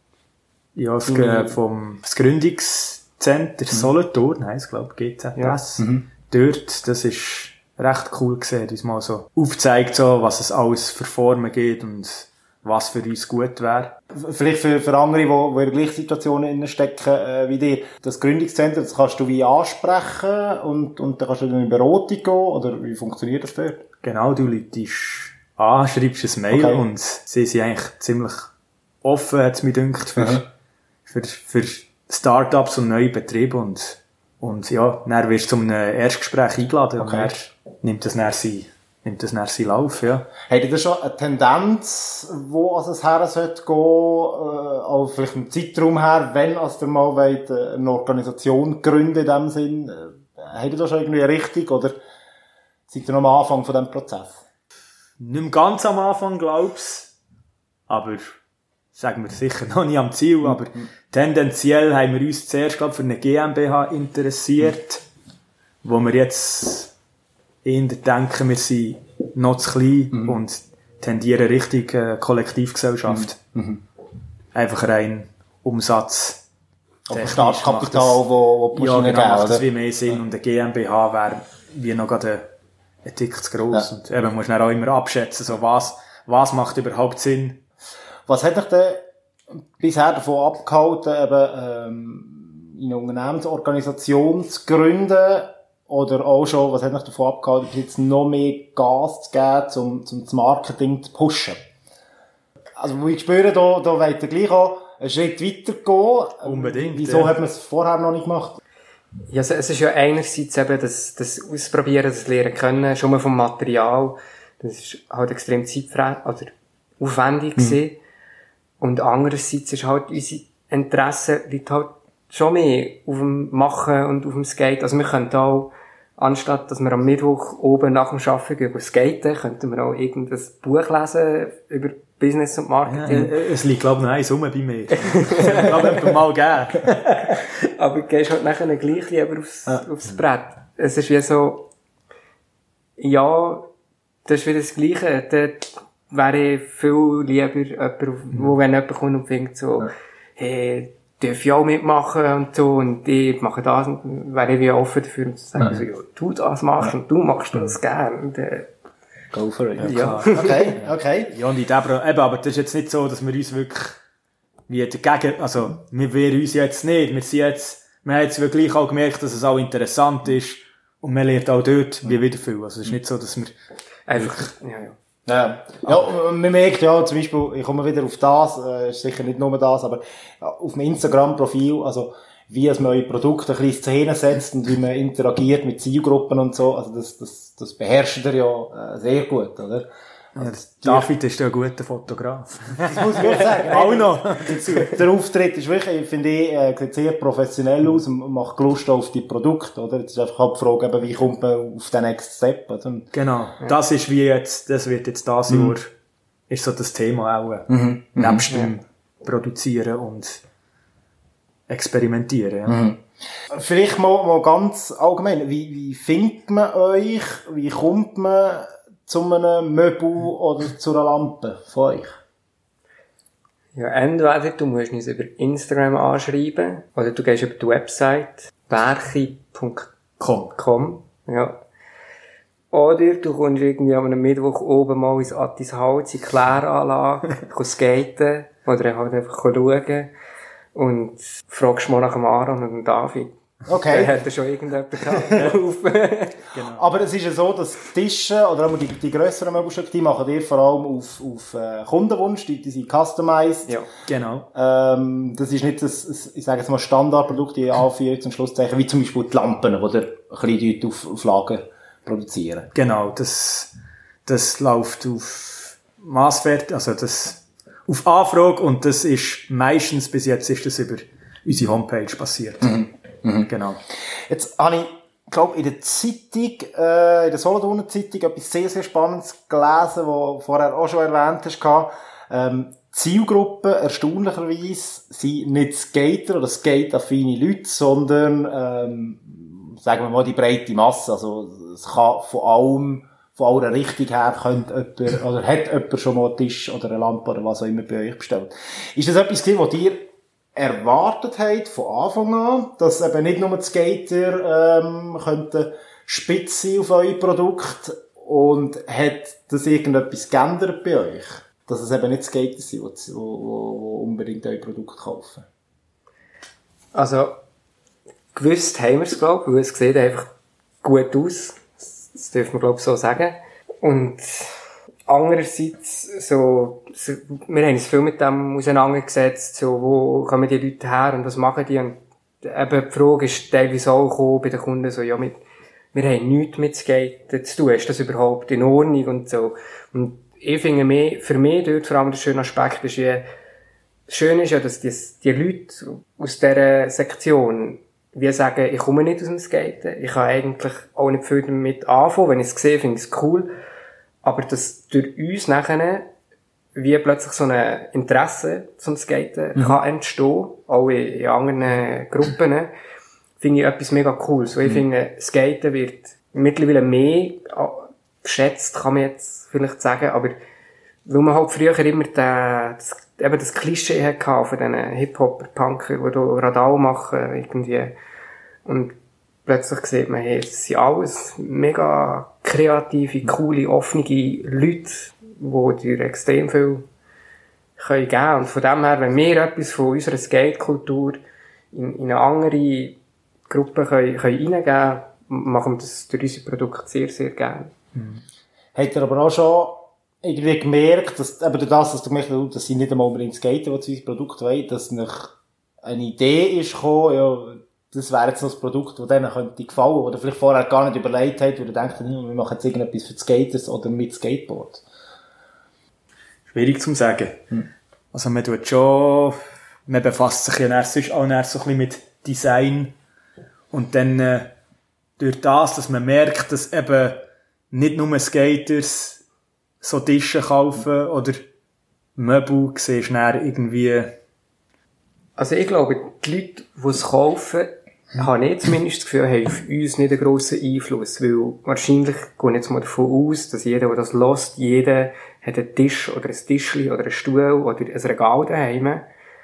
Ja, das, mhm. vom, das Gründungszentrum mhm. Solothurn heisst, glaube ich, G Z S. Ja. Mhm. Dort, das ist recht cool gesehen, uns mal so aufzeigt, so, was es alles für Formen gibt und was für uns gut wäre. Vielleicht für, für andere, die, die in der gleichen Situation stecken äh, wie dir. Das Gründungszentrum, das kannst du wie ansprechen und, und dann kannst du dann in Beratung gehen, oder wie funktioniert das dort? Genau, du läutest an, schreibst ein Mail okay. und sie sind eigentlich ziemlich offen, hat es mir gedacht, für, mhm. für, für Start-ups und neue Betriebe und Und ja, dann wirst du zu einem Erstgespräch eingeladen Okay. und dann nimmt das dann sein, nimmt das dann seinen Lauf, ja. Habt ihr da schon eine Tendenz, wo also es her sollte gehen, äh, auch vielleicht im Zeitraum her, wenn also ihr mal wollt, äh, eine Organisation gründen in dem Sinn? Äh, habt ihr da schon irgendwie eine Richtung oder seid ihr noch am Anfang von diesem Prozess? Nicht mehr ganz am Anfang, glaub's. Aber, sagen wir sicher noch nicht am Ziel, aber tendenziell haben wir uns zuerst, glaub, für eine GmbH interessiert, wo wir jetzt eher denken, wir sind noch zu klein Mhm. und tendieren Richtung äh, Kollektivgesellschaft. Mhm. Einfach rein Umsatz. Oder technisch Startkapital, macht das- wo, wo Ja, genau, geben, macht das oder? wie mehr Sinn. Und eine GmbH wäre wie noch gerade ein, ein Tick zu gross. Ja. Und eben, man muss dann auch immer abschätzen, so was, was macht überhaupt Sinn. Was hat dich denn bisher davon abgehalten, eben, ähm, eine Unternehmensorganisation zu gründen? Oder auch schon, was hat dich davon abgehalten, bis jetzt noch mehr Gas zu geben, um, um das Marketing zu pushen? Also, wo ich spüre, da, da wollt ihr gleich auch einen Schritt weiter gehen. Unbedingt, Wieso ja. hat man es vorher noch nicht gemacht? Ja, also es ist ja einerseits eben das, das Ausprobieren, das Lernen können, schon mal vom Material. Das ist halt extrem zeitfrei, oder aufwendig gewesen. Und andererseits ist halt unser Interesse liegt halt schon mehr auf dem Machen und auf dem Skate. Also wir könnten auch, anstatt dass wir am Mittwoch oben nach dem Arbeiten gehen, skaten, könnten wir auch irgendein Buch lesen über Business und Ja, Marketing. äh, es liegt, glaube ich, noch eins rum bei mir. Ich glaube, ich mal geben. Aber du gehst halt nachher gleich lieber aufs, aufs Brett. Es ist wie so, ja, das ist wieder das Gleiche. Dort wäre ich viel lieber jemand, wo wenn jemand kommt und findet so, hey, darf ich auch mitmachen und so, und ich mache das, und wäre ich wie offen dafür, und zu sagen, so, ja, du das machst und du machst das gern. Und, äh, Go for it. ja. Okay, okay. Ja, und in dem, eben, aber das ist jetzt nicht so, dass wir uns wirklich, wie dagegen, also, wir wehren uns jetzt nicht. Wir sind jetzt, wir haben jetzt wirklich auch gemerkt, dass es auch interessant ist. Und man lernt auch dort wie wieder viel. Also, es ist nicht so, dass wir, Einfach, ja, ja. Ja, ja, und man merkt ja, zum Beispiel, ich komme wieder auf das, äh, ist sicher nicht nur das, aber ja, auf dem Instagram-Profil, also, wie es man eure Produkte ein bisschen in Szene setzt und wie man interagiert mit Zielgruppen und so, also das, das, das beherrscht ihr ja äh, sehr gut, oder? Also, ja, David ist ja ein guter Fotograf. das muss ich wirklich sagen. Auch noch. Der Auftritt ist wirklich, finde ich, äh, sieht sehr professionell aus und macht Lust auf die Produkte, oder? Jetzt ist einfach halt die Frage, eben, wie kommt man auf den Next Step, oder? Und Genau. Das ist wie jetzt, das wird jetzt das Jahr, ist so das Thema auch, Mhm. nebst dem Produzieren und Experimentieren, ja. Vielleicht mal, mal ganz allgemein, wie, wie findet man euch, wie kommt man zu einem Möbel oder zu einer Lampe von euch? Ja, entweder du musst uns über Instagram anschreiben, oder du gehst über die Website berchi punkt com, ja. Oder du kommst irgendwie am Mittwoch oben mal ins Attis Holz, in die Kläranlage, skaten, oder halt einfach schauen, und fragst mal nach dem Aaron und dem David. Okay. Dann hat er schon irgendjemand geholfen. Aber es ist ja so, dass die Tische, oder auch die, die grösseren Möbelstücke, die machen ihr vor allem auf, auf äh, Kundenwunsch, die, die sind customized. Ja. Genau. Ähm, das ist nicht das, das, ich sage jetzt mal, Standardprodukt, die Anführungs- und Schlusszeichen, wie zum Beispiel die Lampen, die ihr ein bisschen auf, auf Lager produzieren. Genau, das, das läuft auf Masswert, also das, auf Anfrage, und das ist meistens, bis jetzt ist das über unsere Homepage passiert. Mhm. Mhm. Genau. Jetzt habe ich, glaube in der Zeitung, äh, in der Solothurner Zeitung etwas sehr, sehr Spannendes gelesen, was du vorher auch schon erwähnt hast. Ähm, Zielgruppe, erstaunlicherweise, sind nicht Skater oder skate-affine Leute, sondern, ähm, sagen wir mal, die breite Masse. Also, es kann von allem, von aller Richtung her, könnte jemand, oder hat jemand schon mal einen Tisch oder eine Lampe oder was auch immer bei euch bestellt. Ist das etwas gewesen, was dir erwartet habt von Anfang an, dass eben nicht nur die Skater ähm, könnten spitz sein auf euer Produkt, und hat das irgendetwas geändert bei euch? Dass es eben nicht Skater sind, die, die, die unbedingt euer Produkt kaufen? Also, gewusst haben wir es, glaube ich, weil es sieht einfach gut aus. Das dürfen wir, glaube ich, so sagen. Und andererseits, so, so, wir haben uns viel mit dem auseinandergesetzt, so, wo kommen die Leute her und was machen die? Und eben die Frage ist teilweise auch gekommen bei den Kunden so, ja, mit, wir haben nichts mit Skaten zu tun, ist das überhaupt in Ordnung und so. Und ich finde mehr, für mich dort vor allem der schöne Aspekt ist ja, schön ist ja, dass die, die Leute aus dieser Sektion wie sagen, ich komme nicht aus dem Skaten, ich kann eigentlich auch nicht viel damit anfangen, wenn ich es sehe, finde ich es cool, aber dass durch uns nachher wie plötzlich so ein Interesse zum Skaten mhm. kann entstehen, auch in, in anderen Gruppen, finde ich etwas mega Cooles. Weil ich mhm. finde, Skaten wird mittlerweile mehr geschätzt, kann man jetzt vielleicht sagen, aber weil man halt früher immer den, das, eben das Klischee hatte von diesen Hip-Hopper-Punker, die da Radau machen, irgendwie. Und plötzlich sieht man, hey, es sind alles mega kreative, coole, offene Leute, die dir extrem viel können geben. Und von dem her, wenn wir etwas von unserer Skate-Kultur in, in eine andere Gruppe können, können reingeben können, machen wir das durch unsere Produkte sehr, sehr gerne. Mhm. Habt ihr aber auch schon irgendwie gemerkt, dass, eben durch das, dass du gemerkt hast, dass sie nicht einmal unbedingt skaten, was unser Produkt wollen, dass nicht eine Idee ist gekommen, ja, das wäre jetzt noch das Produkt, das denen könnte gefallen, oder vielleicht vorher gar nicht überlegt hat, wo du denkst, wir machen jetzt irgendetwas für die Skaters oder mit Skateboard? Schwierig zu sagen. Hm. Also man tut schon, man befasst sich ja erst auch erst so ein bisschen mit Design und dann äh, durch das, dass man merkt, dass eben nicht nur Skaters so Tische kaufen oder Möbel, siehst du dann irgendwie. Also ich glaube, die Leute, die es kaufen, hm. habe ich zumindest das Gefühl, haben auf uns nicht einen grossen Einfluss, weil wahrscheinlich gehen jetzt mal davon aus, dass jeder, der das hört, jeder hat einen Tisch oder ein Tischli oder einen Stuhl oder ein Regal daheim.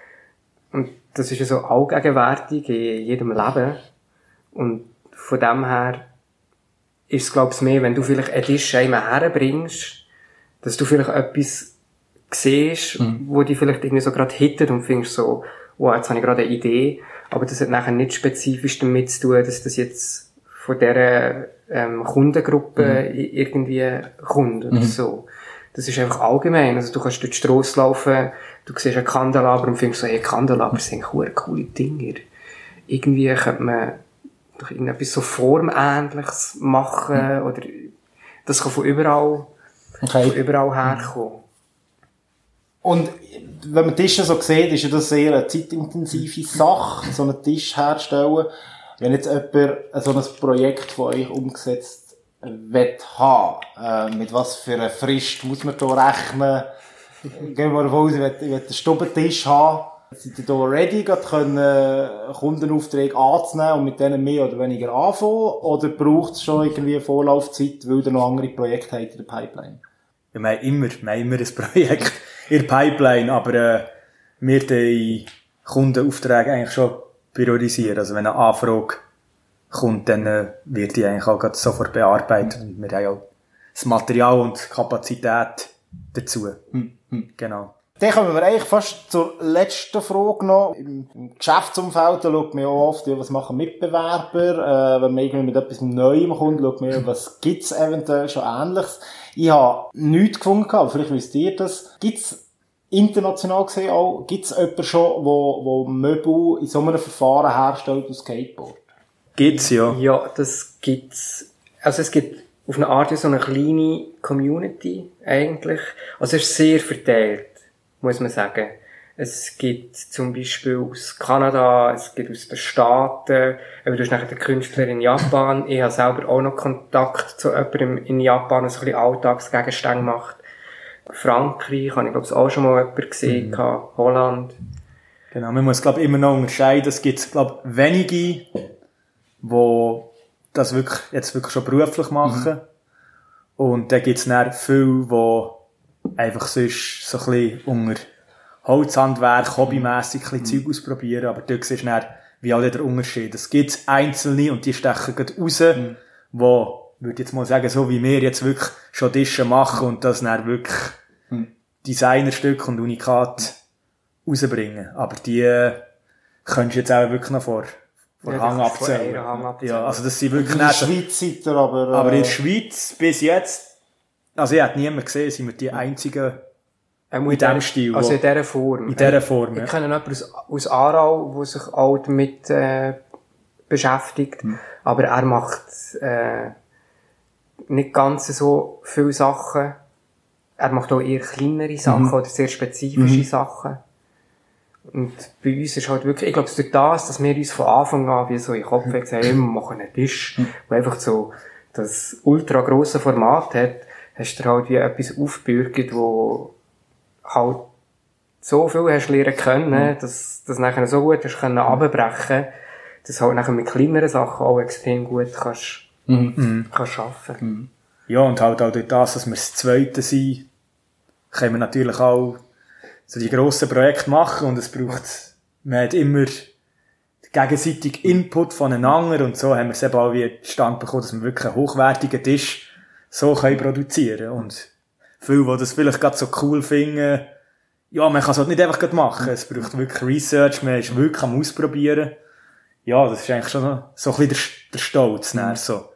Und das ist ja so allgegenwärtig in jedem Leben. Und von dem her ist es, glaube ich, mehr, wenn du vielleicht einen Tisch einmal herbringst, dass du vielleicht etwas siehst, mhm. wo dich vielleicht irgendwie so gerade hittet und findest so, wow, jetzt habe ich gerade eine Idee, aber das hat nachher nicht spezifisch damit zu tun, dass das jetzt von dieser ähm, Kundengruppe mhm. irgendwie kommt oder mhm. so. Das ist einfach allgemein. Also du kannst durch die Strasse laufen, du siehst einen Kandelaber und findest so, hey, Kandelaber sind coole, coole Dinger. Irgendwie könnte man doch irgendetwas so Formähnliches machen, mhm. oder das kann von überall, okay. von überall herkommen. Und wenn man Tische so sieht, ist ja das sehr eine zeitintensive Sache, so einen Tisch herzustellen. Wenn jetzt jemand so ein Projekt von euch umgesetzt wird haben, äh, mit was für einer Frist muss man da rechnen? Gehen wir davon aus, ich will, ich will einen Stubentisch haben. Seid ihr da ready, können Kundenaufträge anzunehmen und mit denen mehr oder weniger anfangen? Oder braucht es schon irgendwie eine Vorlaufzeit, weil ihr noch andere Projekte habt in der Pipeline? Ja, wir haben immer, wir haben immer ein Projekt in der Pipeline, aber äh, wir die Kundenaufträge eigentlich schon priorisieren. Also wenn eine Anfrage kommt, dann äh, wird die eigentlich auch sofort bearbeitet. Und wir haben ja das Material und die Kapazität dazu. Mhm. Genau. Dann kommen wir eigentlich fast zur letzten Frage noch. Im, im Geschäftsumfeld, da schaut man ja oft, ja, was machen Mitbewerber. Äh, wenn man irgendwie mit etwas Neuem kommt, schaut man ja, was gibt's eventuell schon Ähnliches. Ich habe nichts gefunden, aber vielleicht wisst ihr das. Gibt's international gesehen auch, gibt's jemanden schon, wo, wo Möbel in so einem Verfahren herstellt aus Skateboard? Gibt's, ja. Ja, das gibt's. Also es gibt auf eine Art so eine kleine Community, eigentlich. Also es ist sehr verteilt, muss man sagen. Es gibt zum Beispiel aus Kanada, es gibt aus den Staaten, aber du hast nachher den Künstler in Japan. Ich habe selber auch noch Kontakt zu jemandem in Japan, der so ein bisschen Alltagsgegenstände macht. Frankreich habe ich, glaube ich, auch schon mal jemanden gesehen, mhm. Holland. Genau, man muss, glaube ich, immer noch unterscheiden. Es gibt, glaube ich, wenige, die das wirklich, jetzt wirklich schon beruflich machen. Mhm. Und dann gibt es dann viele, die einfach sonst so ein bisschen unter Holzhandwerk, hobbymässig ein bisschen Zeug ausprobieren. Aber dort siehst du dann, wie alle der Unterschied. Es gibt Einzelne und die stechen gerade raus, mhm. wo, würde jetzt mal sagen, so wie wir jetzt wirklich schon Tische machen und das dann wirklich mhm. Designerstücke und Unikat rausbringen. Aber die äh, könntest du jetzt auch wirklich noch vor Vor ja, Hang abzählen. Ja, also das sind wirklich in der Schweiz seid ihr aber... Äh aber in der Schweiz bis jetzt, also ich hätte niemanden gesehen, sind wir die einzigen, in diesem Stil. Also in dieser Form. In dieser Form, Ich ja. kenne jemanden aus, aus Aarau, der sich auch damit äh, beschäftigt. Mhm. Aber er macht äh, nicht ganz so viele Sachen. Er macht auch eher kleinere Sachen mhm. oder sehr spezifische mhm. Sachen. Und bei uns ist halt wirklich, ich glaube, es ist durch das, dass wir uns von Anfang an wie so in den Kopf gesagt haben, wir machen einen Tisch, der einfach so das ultra grosse Format hat, hast du halt wie etwas aufgebürgert, wo halt so viel hast lernen können, mhm. dass das nachher so gut hast können runterbrechen, dass halt nachher mit kleineren Sachen auch extrem gut kannst, mhm. kannst arbeiten. Mhm. Ja, und halt auch durch das, dass wir das Zweite sind, können wir natürlich auch so die grossen Projekte machen und es braucht, man hat immer gegenseitig Input voneinander und so haben wir es eben auch wie zustande bekommen, dass wir wirklich einen hochwertigen Tisch so können produzieren. Und viele, die das vielleicht gerade so cool finden, ja, man kann es halt nicht einfach machen. Es braucht wirklich Research, man ist wirklich am Ausprobieren. Ja, das ist eigentlich schon noch so ein bisschen der, der Stolz, mhm. so.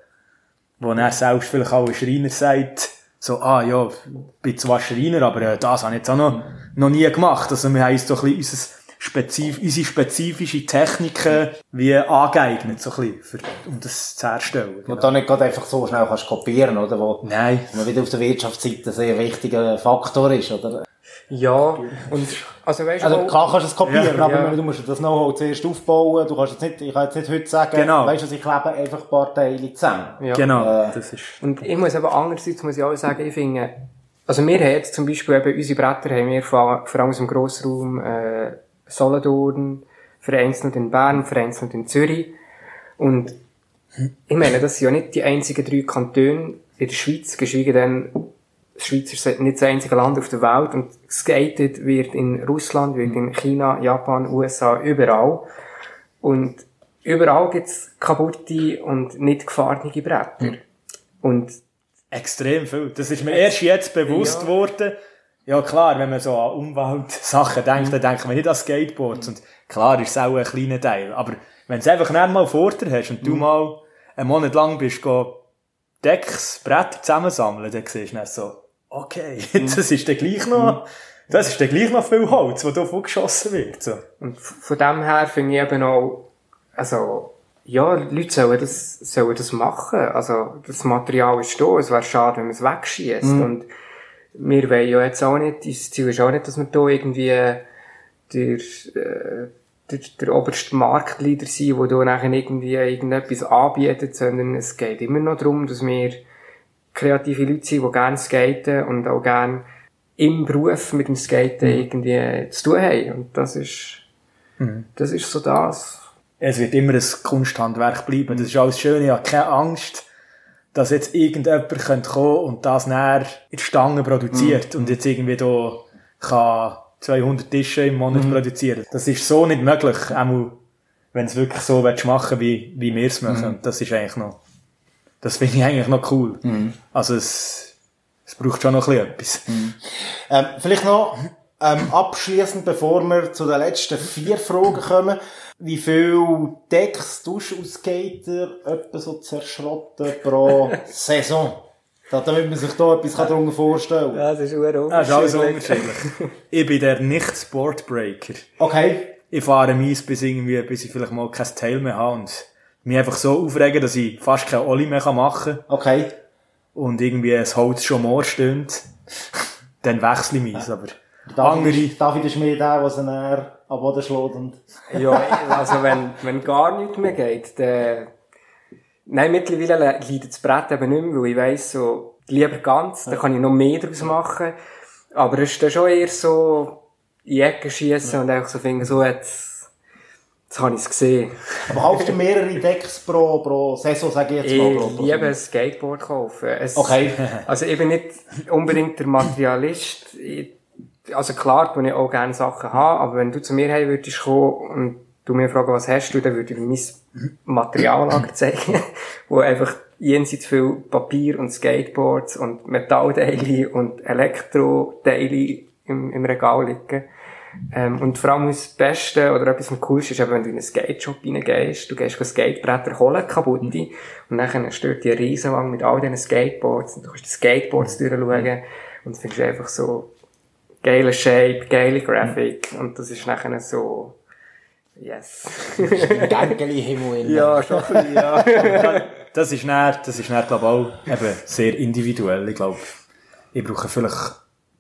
Wo er selbst vielleicht auch ein Schreiner sagt, so, ah, ja, ich bin zwar Schreiner, aber äh, das habe ich jetzt auch noch, noch nie gemacht. Also wir haben uns so ein bisschen unser Spezif- unsere spezifische Techniken wie angeeignet, so ein bisschen, für, um das zu herstellen. Wo genau. du nicht gerade einfach so schnell kannst kopieren, oder? Wo Nein. man wieder auf der Wirtschaftsseite ein sehr wichtiger Faktor ist, oder? Ja, und, also weißt du, also klar kannst du es kopieren, ja, aber ja. du musst das Know-how zuerst aufbauen, du kannst jetzt nicht, ich kann jetzt nicht heute sagen, genau. weißt du, ich klebe einfach ein paar Teile zusammen. Ja. Genau, äh, das ist. Und ich muss aber andererseits, muss ich auch sagen, ich finde, also wir haben jetzt zum Beispiel eben, unsere Bretter haben wir vor, vor allem aus dem Grossraum, äh, Solothurn, vereinzelt in Bern, vereinzelt in Zürich. Und ich meine, das sind ja nicht die einzigen drei Kantone in der Schweiz, geschweige denn, die Schweiz ist nicht das einzige Land auf der Welt und skated wird in Russland, wird in China, Japan, U S A, überall. Und überall gibt's kaputte und nicht gefahrene Bretter. Mhm. Und extrem viel. Das ist mir erst jetzt bewusst geworden. Ja. ja klar, wenn man so an Umweltsachen denkt, mhm. dann denkt man nicht an Skateboards. Und klar ist es auch ein kleiner Teil. Aber wenn du es einfach nicht mal vor dir hast und mhm. du mal einen Monat lang bist, go Decks, Bretter zusammensammeln, dann siehst du dann so, okay, das ist dann gleich noch, das ist dann gleich noch viel Holz, das da geschossen wird, so. Und von dem her finde ich eben auch, also, ja, Leute sollen das, sollen das machen. Also, das Material ist da, es wäre schade, wenn man es wegschiesst. Mhm. Und wir wollen ja jetzt auch nicht, unser Ziel ist auch nicht, dass wir da irgendwie der, äh, der, der oberste Marktleader sind, der da nachher irgendwie irgendetwas anbietet, sondern es geht immer noch darum, dass wir kreative Leute sind, die gerne skaten und auch gerne im Beruf mit dem Skaten mhm. irgendwie zu tun haben. Und das ist, mhm. das ist so das. Es wird immer ein Kunsthandwerk bleiben. Das ist alles schön. Ich habe keine Angst, dass jetzt irgendjemand kommen könnte und das näher in die Stange produziert mhm. und jetzt irgendwie da kann zweihundert Tische im Monat mhm. produzieren. Das ist so nicht möglich, auch wenn es wirklich so machen willst, wie, wie wir es machen. Mhm. Das ist eigentlich noch, das finde ich eigentlich noch cool. Mhm. Also es, es braucht schon noch ein bisschen etwas. Mhm. Ähm, vielleicht noch, ähm, abschliessend, bevor wir zu den letzten vier Fragen kommen. Wie viel Decks tust du als Skater etwa so zerschrotten pro Saison? Damit man sich da etwas darunter vorstellen kann. Ja, das ist sehr unterschiedlich. Das ist alles unterschiedlich. Ich bin der Nicht-Sportbreaker. Okay. Ich fahre mies bis irgendwie, bis ich vielleicht mal kein Tail mehr habe und mich einfach so aufregen, dass ich fast keine Ollie mehr machen kann. Okay. Und irgendwie das Holz schon more stöhnt. Dann wechsle ich mies, aber David, David ist mehr der, der sie näher am Boden schlägt und... Ja, also wenn, wenn gar nichts mehr geht, dann... Nein, mittlerweile leidet das Brett eben nicht mehr, weil ich weiss, so, lieber ganz, da kann ich noch mehr draus machen. Aber es ist dann schon eher so, in die Ecke schiessen und einfach so finden, so, jetzt, jetzt habe ich es gesehen. Aber kaufst du mehrere Decks pro, pro Saison, sage ich jetzt mal? Ich pro, pro liebe ein Skateboard kaufen. Es, okay. Also ich bin nicht unbedingt der Materialist. Ich, also klar, tue ich auch gerne Sachen haben, aber wenn du zu mir heim würdest kommen und du mir fragen, was hast du, dann würde ich mein Materiallager zeigen, wo einfach jenseits viel Papier und Skateboards und Metallteile und Elektroteile im, im Regal liegen. Ähm, und vor allem das Beste oder etwas am coolsten ist, eben, wenn du in einen Skate-Shop reingehst, du gehst Skatebretter holen, kaputte, mhm. und dann steht die Riesenwand mit all diesen Skateboards und du kannst die Skateboards durchschauen und findest einfach so, geile Shape, geile Graphic, und das ist nachher so, yes. Gängeli-Himmel. Ja, schon ein bisschen, ja. Das ist näher, das ist näher, glaube ich, auch eben sehr individuell. Ich glaube, ich brauche vielleicht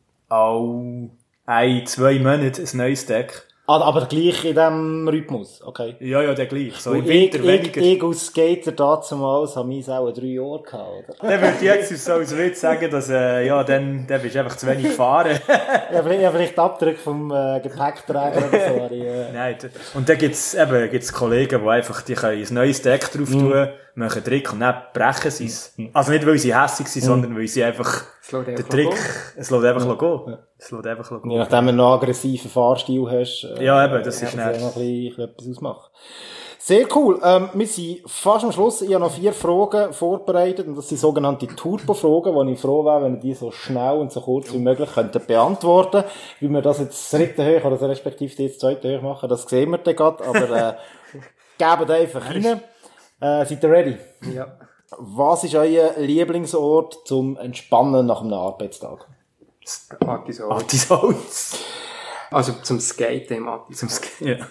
auch ein, zwei Monate ein neues Deck. Ah, aber gleich in diesem Rhythmus, okay. Ja, ja, der gleich. So im Und Winter ich, weniger. Ich, ich als Skater damals habe meins auch drei Jahre gehabt, oder? Dann würde ich jetzt so als Witz sagen, dass, äh, ja, dann, dann bist du einfach zu wenig gefahren. Ja, vielleicht, ja, vielleicht Abdruck vom äh, Gepäckträger oder so. Aber, äh. Nein, d- und dann gibt's eben, gibt's Kollegen, die einfach, die können ein neues Deck drauf tun, Mhm. machen einen Trick und dann brechen sie es. Also nicht, weil sie hässig sind, sondern weil sie einfach, Es lässt der einfach Trick, gehen. es lässt einfach gehen. Es lässt einfach gehen. Je nachdem, wenn du einen aggressiven Fahrstil hast. Äh, Ja, eben, das ist kann das nicht. ja noch ein bisschen etwas ausmachen. Sehr cool. Ähm, wir sind fast am Schluss. Ich habe noch vier Fragen vorbereitet, und das sind sogenannte Turbo-Fragen, wo ich froh wäre, wenn ihr die so schnell und so kurz wie möglich könntet beantworten. Wie wir das jetzt das dritte hoch oder respektive das zweite hoch machen, das sehen wir dann gerade, aber äh, geben einfach rein. Äh, seid ihr ready? Ja. Was ist euer Lieblingsort zum Entspannen nach einem Arbeitstag? Artiso. Artisans. Also zum Skaten im Artiso. Zum Sk- ja.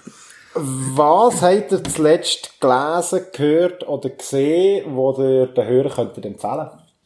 Was habt ihr zuletzt gelesen, gehört oder gesehen, wo ihr den Hörern könntet empfehlen?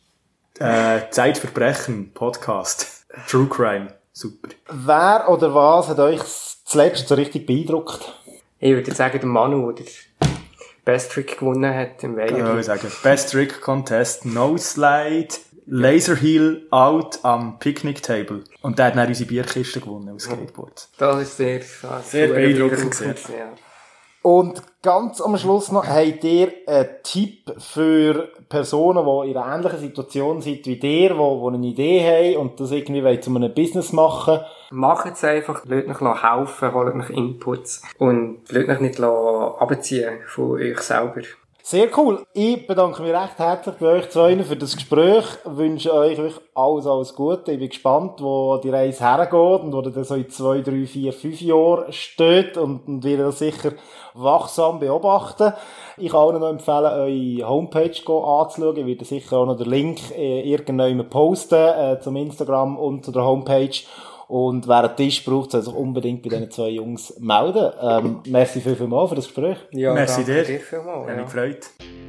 Äh, Zeitverbrechen, Podcast. True Crime. Super. Wer oder was hat euch zuletzt so richtig beeindruckt? Ich würde jetzt sagen, der Manu, der Best Trick gewonnen hat im Ja, ich Weiher. würde sagen, Best Trick Contest, No Slide, Laser Heel out am Picnic Table. Und der hat dann unsere Bierkiste gewonnen aus Skateboard. Das ist sehr, Sehr beeindruckend, Ja. Und ganz am Schluss noch, habt ihr einen Tipp für Personen, die in einer ähnlichen Situation sind wie ihr, die, die eine Idee haben und das irgendwie wollen, zu einem Business machen? Macht es einfach, lasst euch helfen, holt euch Inputs und lasst euch nicht abziehen von euch selber. Sehr cool. Ich bedanke mich recht herzlich bei euch zwei für das Gespräch. Ich wünsche euch wirklich alles, alles Gute. Ich bin gespannt, wo die Reise hergeht und wo ihr dann so in zwei, drei, vier, fünf Jahren steht und, und werde das sicher wachsam beobachten. Ich kann auch noch empfehlen, eure Homepage anzuschauen. Ich werde sicher auch noch den Link äh, irgendwann posten äh, zum Instagram und zu der Homepage. Und wer einen Tisch braucht, soll sich unbedingt bei diesen zwei Jungs melden. Ähm, merci viel, viel mal für das Gespräch. Ja, Merci danke dir. dir vielmals. Hat mich Ja. gefreut.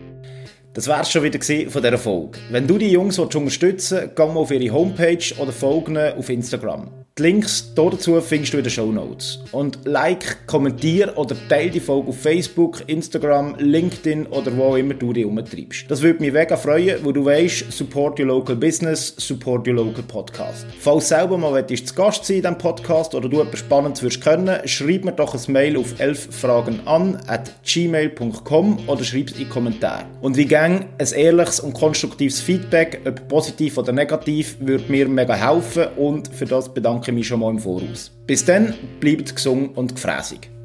Das wär's schon wieder gewesen von dieser Folge. Wenn du die Jungs unterstützen willst, geh mal auf ihre Homepage oder folge ihnen auf Instagram. Die Links dazu findest du in den Shownotes. Und like, kommentier oder teile die Folge auf Facebook, Instagram, LinkedIn oder wo auch immer du dich umtreibst. Das würde mich mega freuen, wo du weisst, support your local business, support your local podcast. Falls du selber mal willst, zu Gast sein in diesem Podcast oder du etwas Spannendes würdest können, schreib mir doch ein Mail auf elf fragen an at gmail punkt com oder schreib es in die Kommentare. Und wie gang, ein ehrliches und konstruktives Feedback, ob positiv oder negativ, würde mir mega helfen und für das bedanke ich mich schon mal im Voraus. Bis dann, bleibt gesund und gefräßig.